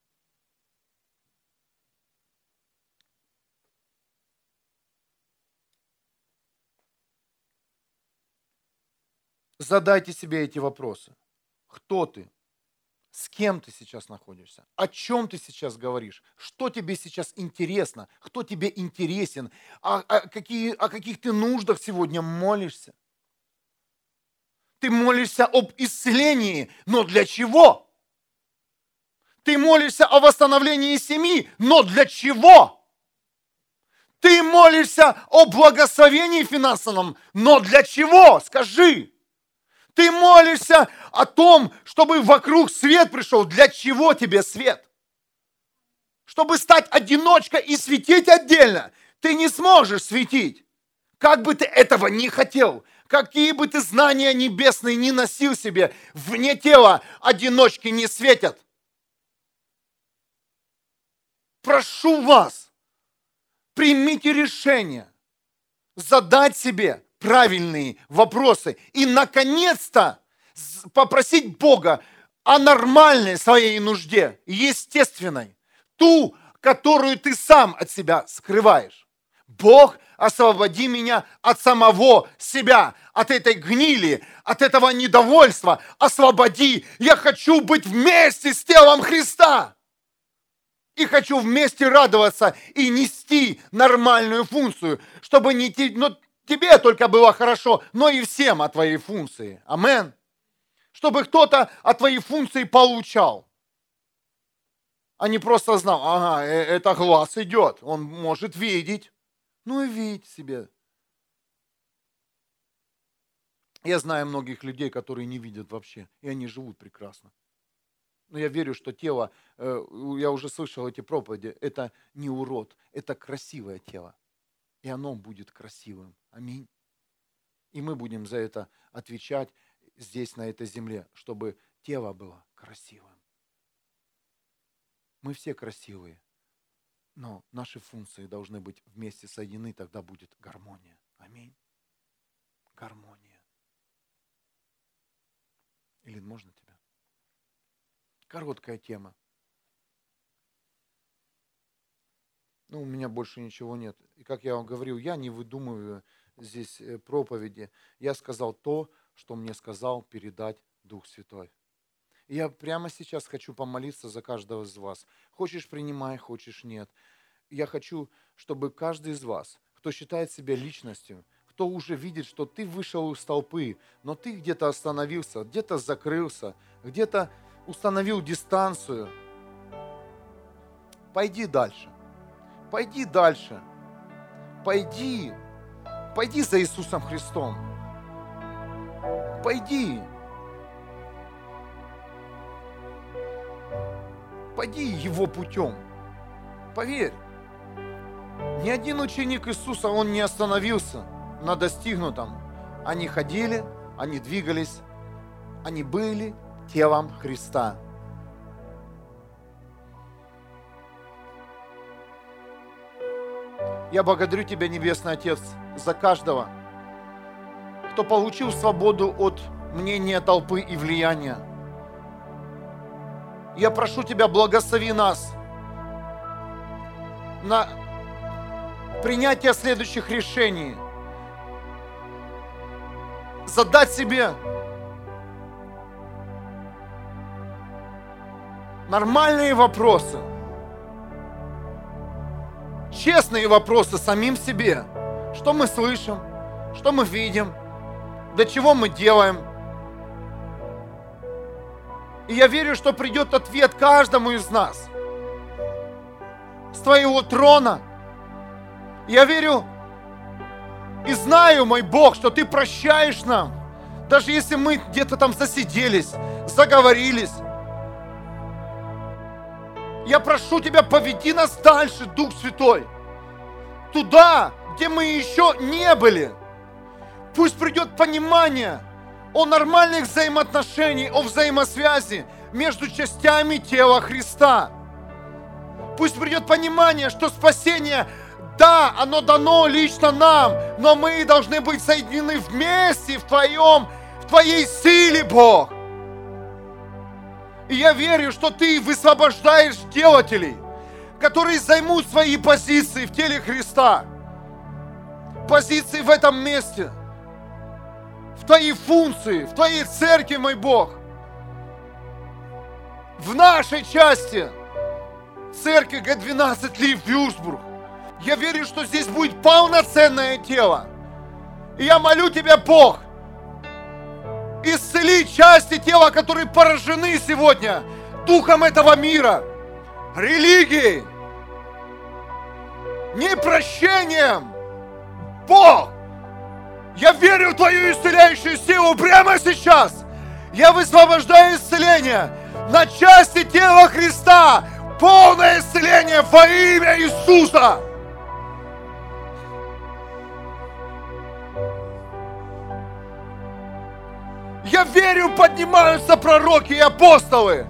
Задайте себе эти вопросы. Кто ты? С кем ты сейчас находишься? О чем ты сейчас говоришь? Что тебе сейчас интересно? Кто тебе интересен? О, о, какие, о каких ты нуждах сегодня молишься? Ты молишься об исцелении, но для чего? Ты молишься о восстановлении семьи, но для чего? Ты молишься о благословении финансовом, но для чего? Скажи. Ты молишься о том, чтобы вокруг свет пришел. Для чего тебе свет? Чтобы стать одиночкой и светить отдельно. Ты не сможешь светить. Как бы ты этого не хотел, какие бы ты знания небесные не носил себе, вне тела одиночки не светят. Прошу вас, примите решение задать себе правильные вопросы и, наконец-то, попросить Бога о нормальной своей нужде, естественной, ту, которую ты сам от себя скрываешь. Бог, освободи меня от самого себя, от этой гнили, от этого недовольства. Освободи, я хочу быть вместе с телом Христа. И хочу вместе радоваться и нести нормальную функцию, чтобы не... Ну, тебе только было хорошо, но и всем от твоей функции. Амен. Чтобы кто-то от твоей функции получал. А не просто знал, ага, это глаз идет, он может видеть. Ну и видь себе. Я знаю многих людей, которые не видят вообще, и они живут прекрасно. Но я верю, что тело, я уже слышал эти проповеди, это не урод, это красивое тело. И оно будет красивым. Аминь. И мы будем за это отвечать здесь, на этой земле, чтобы тело было красивым. Мы все красивые, но наши функции должны быть вместе соединены, тогда будет гармония. Аминь. Гармония. Илин, можно тебя? Короткая тема. Ну, у меня больше ничего нет. И как я вам говорил, я не выдумываю здесь проповеди. Я сказал то, что мне сказал передать Дух Святой. И я прямо сейчас хочу помолиться за каждого из вас. Хочешь, принимай, хочешь, нет. Я хочу, чтобы каждый из вас, кто считает себя личностью, кто уже видит, что ты вышел из толпы, но ты где-то остановился, где-то закрылся, где-то установил дистанцию, пойди дальше. Пойди дальше. Пойди. Пойди за Иисусом Христом. Пойди. Пойди Его путем. Поверь. Ни один ученик Иисуса, он не остановился на достигнутом. Они ходили, они двигались, они были телом Христа. Я благодарю Тебя, Небесный Отец, за каждого, кто получил свободу от мнения толпы и влияния. Я прошу Тебя, благослови нас на принятие следующих решений. Задать себе нормальные вопросы, честные вопросы самим себе. Что мы слышим, что мы видим, для чего мы делаем. И я верю, что придет ответ каждому из нас с Твоего трона. Я верю и знаю, мой Бог, что Ты прощаешь нам, даже если мы где-то там засиделись, заговорились. Я прошу Тебя, поведи нас дальше, Дух Святой, туда, где мы еще не были. Пусть придет понимание о нормальных взаимоотношениях, о взаимосвязи между частями тела Христа. Пусть придет понимание, что спасение, да, оно дано лично нам, но мы должны быть соединены вместе в Твоем, в Твоей силе, Бог. И я верю, что Ты высвобождаешь делателей, которые займут свои позиции в теле Христа, позиции в этом месте, в Твоей функции, в Твоей церкви, мой Бог, в нашей части церкви Г двенадцать Лив Вюрцбург. Я верю, что здесь будет полноценное тело. И я молю Тебя, Бог, исцели части тела, которые поражены сегодня духом этого мира, религией, непрощением. Бог, я верю в Твою исцеляющую силу прямо сейчас. Я высвобождаю исцеление на части тела Христа. Полное исцеление во имя Иисуса. Я верю, поднимаются пророки и апостолы,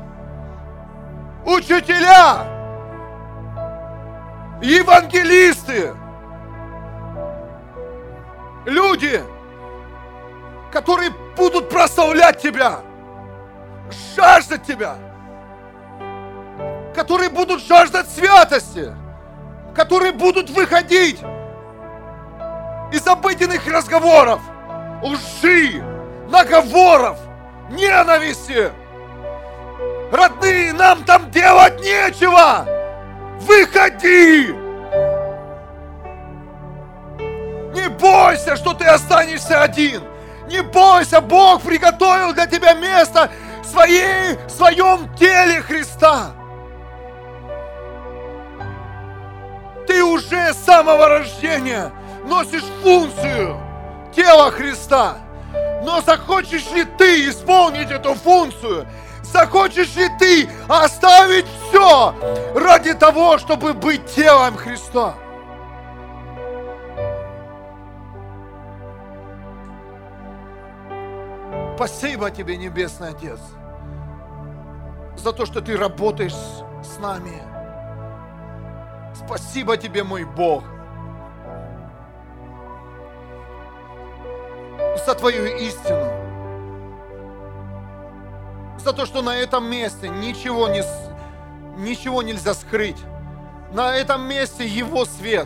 учителя, евангелисты, люди, которые будут прославлять Тебя, жаждать Тебя, которые будут жаждать святости, которые будут выходить из обыденных разговоров, лжи, наговоров, ненависти. Родные, нам там делать нечего. Выходи! Не бойся, что ты останешься один. Не бойся, Бог приготовил для тебя место в, своей, в своем теле Христа. Ты уже с самого рождения носишь функцию тела Христа. Но захочешь ли ты исполнить эту функцию? Захочешь ли ты оставить все ради того, чтобы быть телом Христа? Спасибо Тебе, Небесный Отец, за то, что Ты работаешь с нами. Спасибо Тебе, мой Бог, за Твою истину, за то, что на этом месте ничего, не, ничего нельзя скрыть. На этом месте Его свет.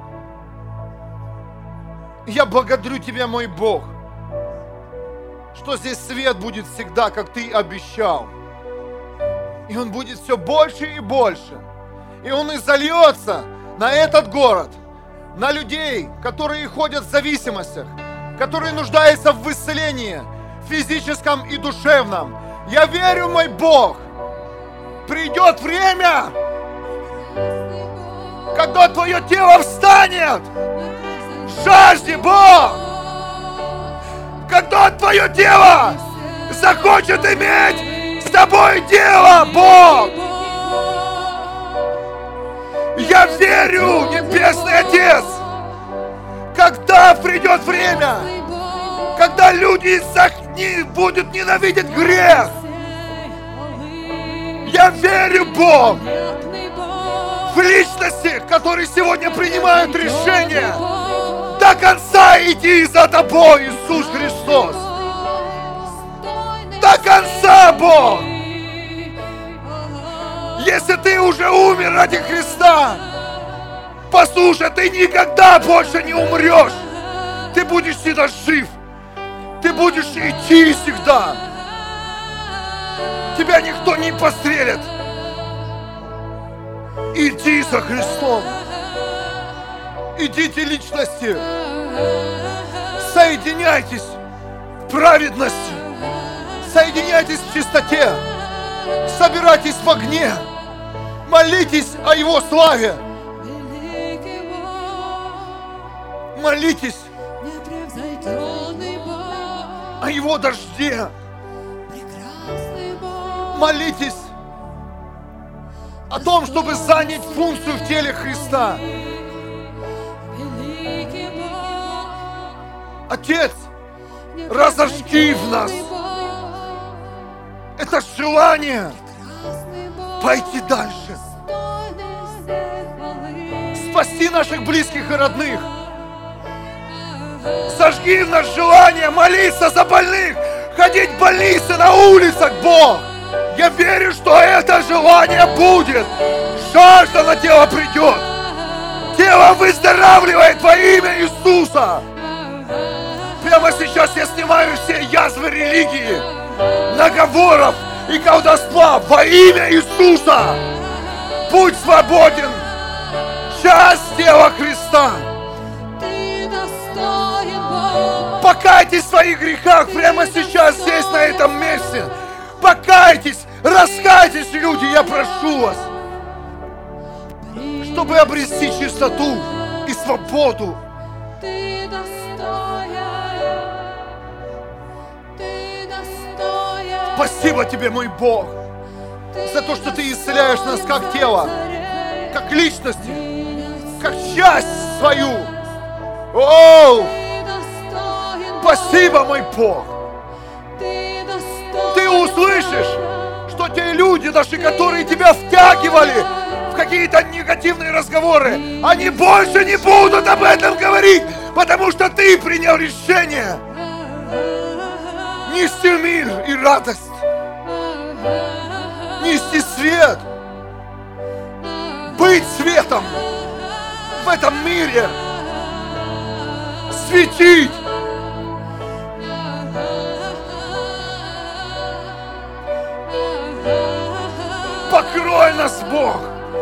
Я благодарю Тебя, мой Бог, что здесь свет будет всегда, как Ты обещал. И он будет все больше и больше. И он и зальется на этот город, на людей, которые ходят в зависимостях, которые нуждаются в исцелении физическом и душевном. Я верю, мой Бог, придет время, когда Твое тело встанет в жажде, Бог, когда Твое тело захочет иметь с Тобой дело, Бог. Я верю, Небесный Отец, когда придет время, когда люди не будут ненавидеть грех. Я верю, Бог, в личности, которые сегодня принимают решение до конца идти за Тобой, Иисус Христос. До конца, Бог. Если ты уже умер ради Христа, послушай, ты никогда больше не умрешь. Ты будешь всегда жив. Ты будешь идти всегда. Тебя никто не пострелит. Иди за Христом. Идите личности. Соединяйтесь в праведности. Соединяйтесь в чистоте. Собирайтесь в огне. Молитесь о Его славе. Молитесь о Его дожде. Молитесь о том, чтобы занять функцию в теле Христа. Отец, разожги в нас это желание пойти дальше. Спасти наших близких и родных. Зажги в нас желание молиться за больных, ходить в больницы, на улицах, Бог. Я верю, что это желание будет. Жажда на тело придет. Тело выздоравливает во имя Иисуса. Прямо сейчас я снимаю все язвы религии, наговоров и колдовства во имя Иисуса. Будь свободен. Часть тела Христа. Покайтесь в своих грехах прямо сейчас, здесь, на этом месте. Покайтесь, раскайтесь, люди, я прошу вас, чтобы обрести чистоту и свободу. Спасибо тебе, мой Бог, за то, что ты исцеляешь нас как тело, как личности, как часть свою. Оу! Спасибо, мой Бог. Ты услышишь, что те люди, даже которые тебя втягивали в какие-то негативные разговоры, они больше не будут об этом говорить, потому что ты принял решение нести мир и радость, нести свет, быть светом в этом мире, светить. Покрой нас, Бог!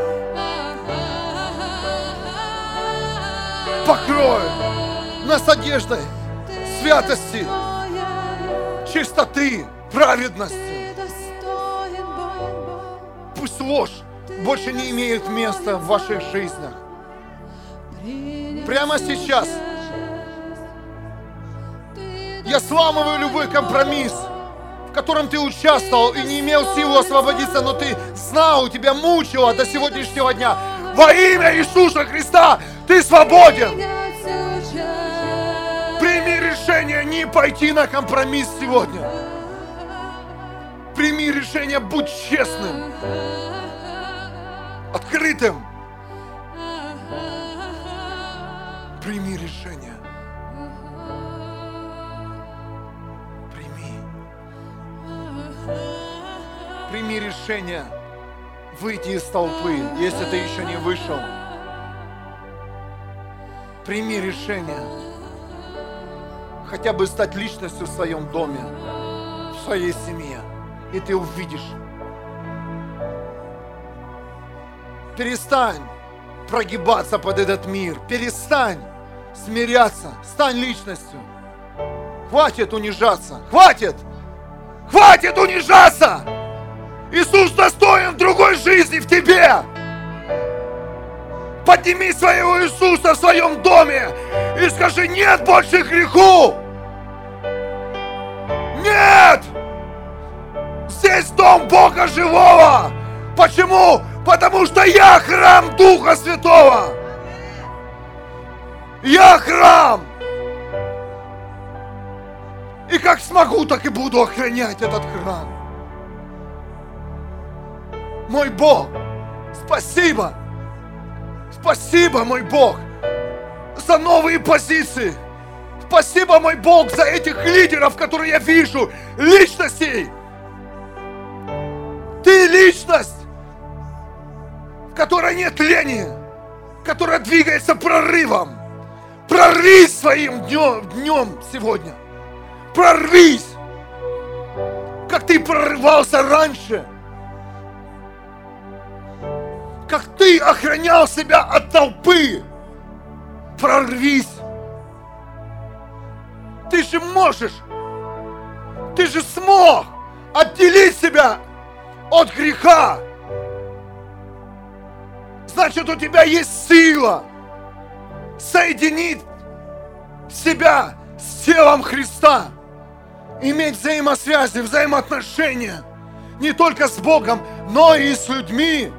Покрой нас одеждой святости, чистоты, праведности. Пусть ложь больше не имеет места в ваших жизнях. Прямо сейчас я сламываю любой компромисс, в котором ты участвовал и не имел силы освободиться, но ты знал, тебя мучило до сегодняшнего дня. Во имя Иисуса Христа ты свободен. Прими решение не пойти на компромисс сегодня. Прими решение быть честным, открытым. Прими решение. Прими решение выйти из толпы, если ты еще не вышел. Прими решение хотя бы стать личностью в своем доме, в своей семье, и ты увидишь. Перестань прогибаться под этот мир, перестань смиряться, стань личностью. Хватит унижаться, хватит! Хватит унижаться! Иисус достоин другой жизни в тебе! Подними своего Иисуса в своем доме и скажи: нет больше греху! Нет! Здесь дом Бога живого! Почему? Потому что я храм Духа Святого! Я храм! И как смогу, так и буду охранять этот храм. Мой Бог, спасибо! Спасибо, мой Бог, за новые позиции. Спасибо, мой Бог, за этих лидеров, которые я вижу, личностей. Ты личность. которой нет лени, которая двигается прорывом. Прорвись своим днем, днем сегодня. Прорвись, как ты прорывался раньше. Как ты охранял себя от толпы. Прорвись. Ты же можешь. Ты же смог отделить себя от греха. Значит, у тебя есть сила соединить себя с телом Христа. Иметь взаимосвязи, взаимоотношения. Не только с Богом, но и с людьми.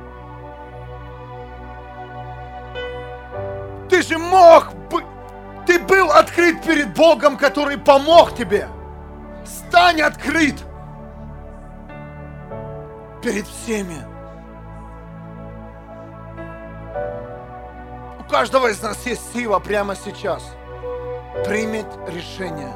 Ты же мог быть, ты был открыт перед Богом, который помог тебе. Стань открыт перед всеми. У каждого из нас есть сила прямо сейчас принять решение.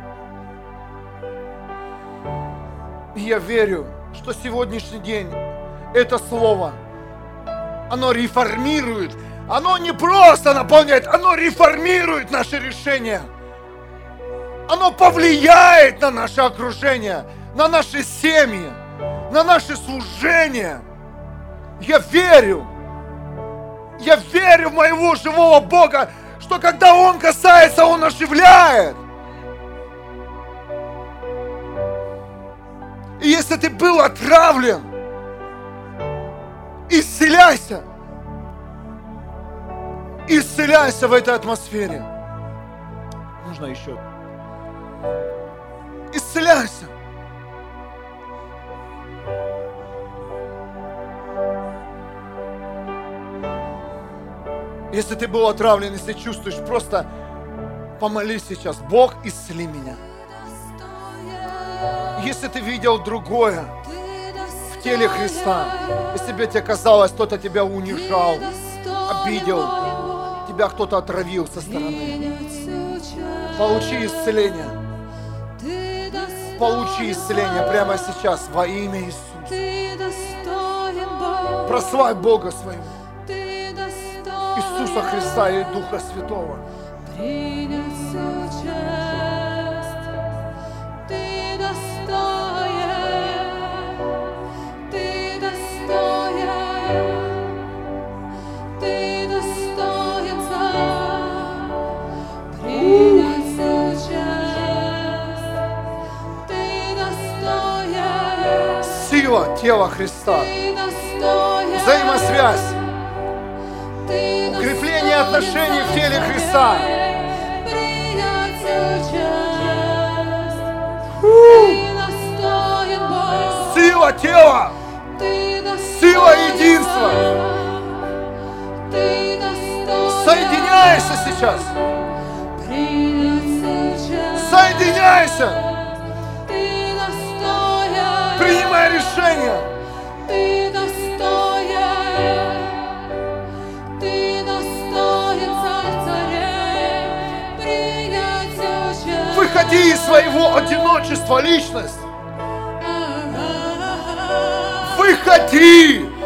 И я верю, что сегодняшний день это слово, оно реформирует. Оно не просто наполняет, оно реформирует наши решения. Оно повлияет на наше окружение, на наши семьи, на наше служение. Я верю, я верю в моего живого Бога, что когда Он касается, Он оживляет. И если ты был отравлен, исцеляйся. Исцеляйся в этой атмосфере. Нужно еще. Исцеляйся. Если ты был отравлен, если чувствуешь, просто помолись сейчас. Бог, исцели меня. Если ты видел другое в теле Христа, если тебе казалось, кто-то тебя унижал, обидел, тебя кто-то отравил со стороны, получи исцеление. Получи исцеление прямо сейчас во имя Иисуса. Прославь Бога своего, Иисуса Христа и Духа Святого. Сила тела Христа, взаимосвязь, укрепление отношений в теле Христа. Сила тела, сила единства. Соединяйся сейчас. Соединяйся. Принимай решение. Ты достоин, ты достоин, Царь царей, принять участь. Выходи из своего одиночества, личность. Выходи.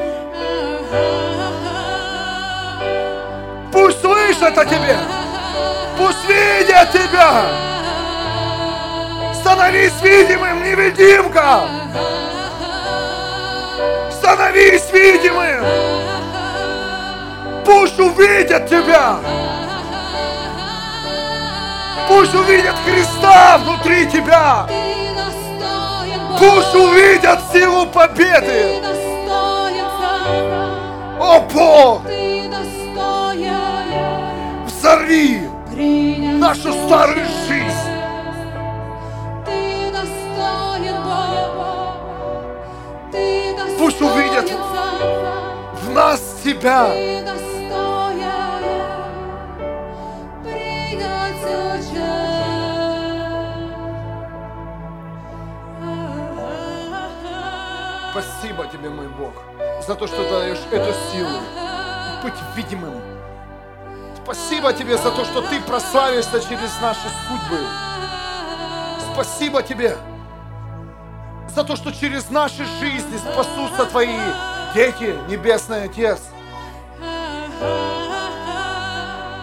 Пусть слышат о тебе. Пусть видят тебя. Становись видимым, невидимка. Становись видимым. Пусть увидят тебя. Пусть увидят Христа внутри тебя. Пусть увидят силу победы. О Бог, взорви нашу старую жизнь. Пусть увидят в нас Тебя. Спасибо Тебе, мой Бог, за то, что даешь эту силу быть видимым. Спасибо Тебе за то, что Ты прославишься через наши судьбы. Спасибо Тебе за то, что через наши жизни спасутся Твои дети, Небесный Отец.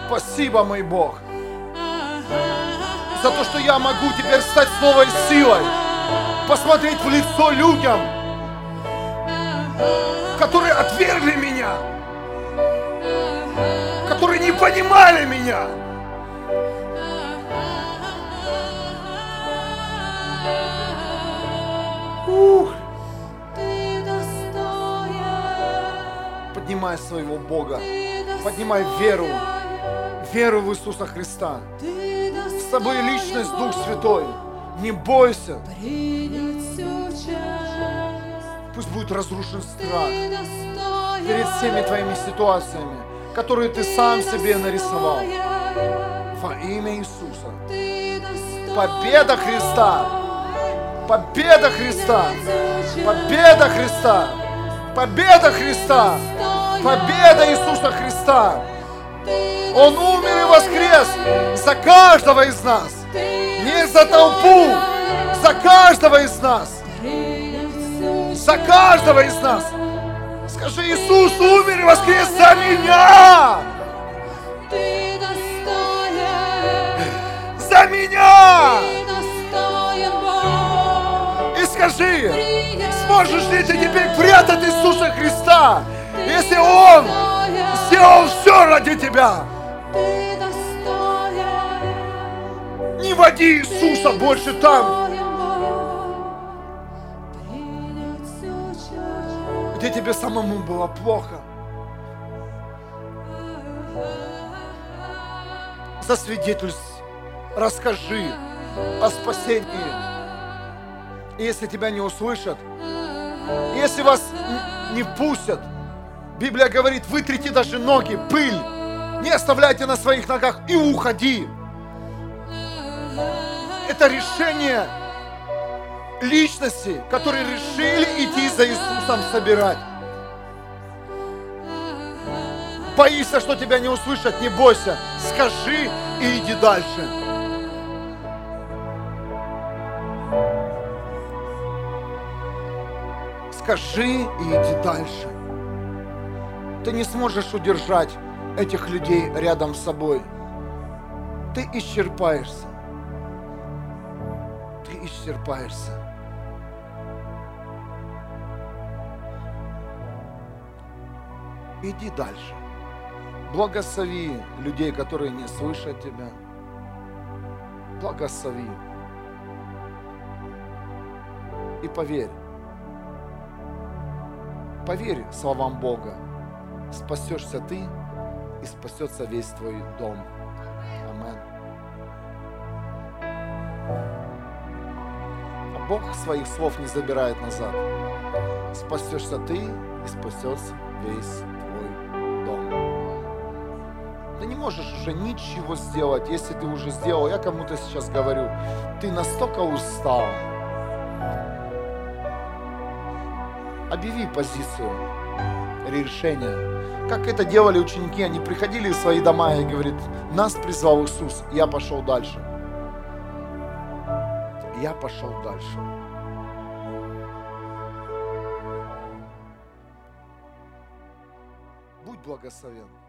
Спасибо, мой Бог, за то, что я могу теперь стать с новой силой, посмотреть в лицо людям, которые отвергли меня, которые не понимали меня. Ух. Поднимай своего Бога, поднимай веру, веру в Иисуса Христа. С тобой личность, Дух Святой. Не бойся. Пусть будет разрушен страх перед всеми твоими ситуациями, которые ты сам себе нарисовал. Во имя Иисуса. Победа Христа! Победа Христа! Победа Христа! Победа Христа! Победа Иисуса Христа! Он умер и воскрес за каждого из нас. Не за толпу, за каждого из нас. За каждого из нас. Скажи, Иисус умер и воскрес за меня. За меня. И скажи, сможешь ли ты теперь прятать Иисуса Христа, если Он сделал все ради тебя? Не води Иисуса больше там, где тебе самому было плохо. Засвидетельствуй, расскажи о спасении. И если тебя не услышат, если вас не впустят, Библия говорит, вытрите даже ноги, пыль, не оставляйте на своих ногах и уходи. Это решение личности, которые решили идти за Иисусом собирать. Боишься, что тебя не услышат, не бойся. Скажи и иди дальше. Скажи и иди дальше. Ты не сможешь удержать этих людей рядом с собой. Ты исчерпаешься. Ты исчерпаешься. Иди дальше. Благослови людей, которые не слышат тебя. Благослови. И поверь. Поверь словам Бога. Спасешься ты, и спасется весь твой дом. Аминь. А Бог своих слов не забирает назад. Спасешься ты, и спасется весь твой дом. Ты не можешь уже ничего сделать, если ты уже сделал. Я кому-то сейчас говорю, ты настолько устал. Объяви позицию, решение. Как это делали ученики, они приходили в свои дома и говорят, нас призвал Иисус, я пошел дальше. Я пошел дальше. Будь благословен.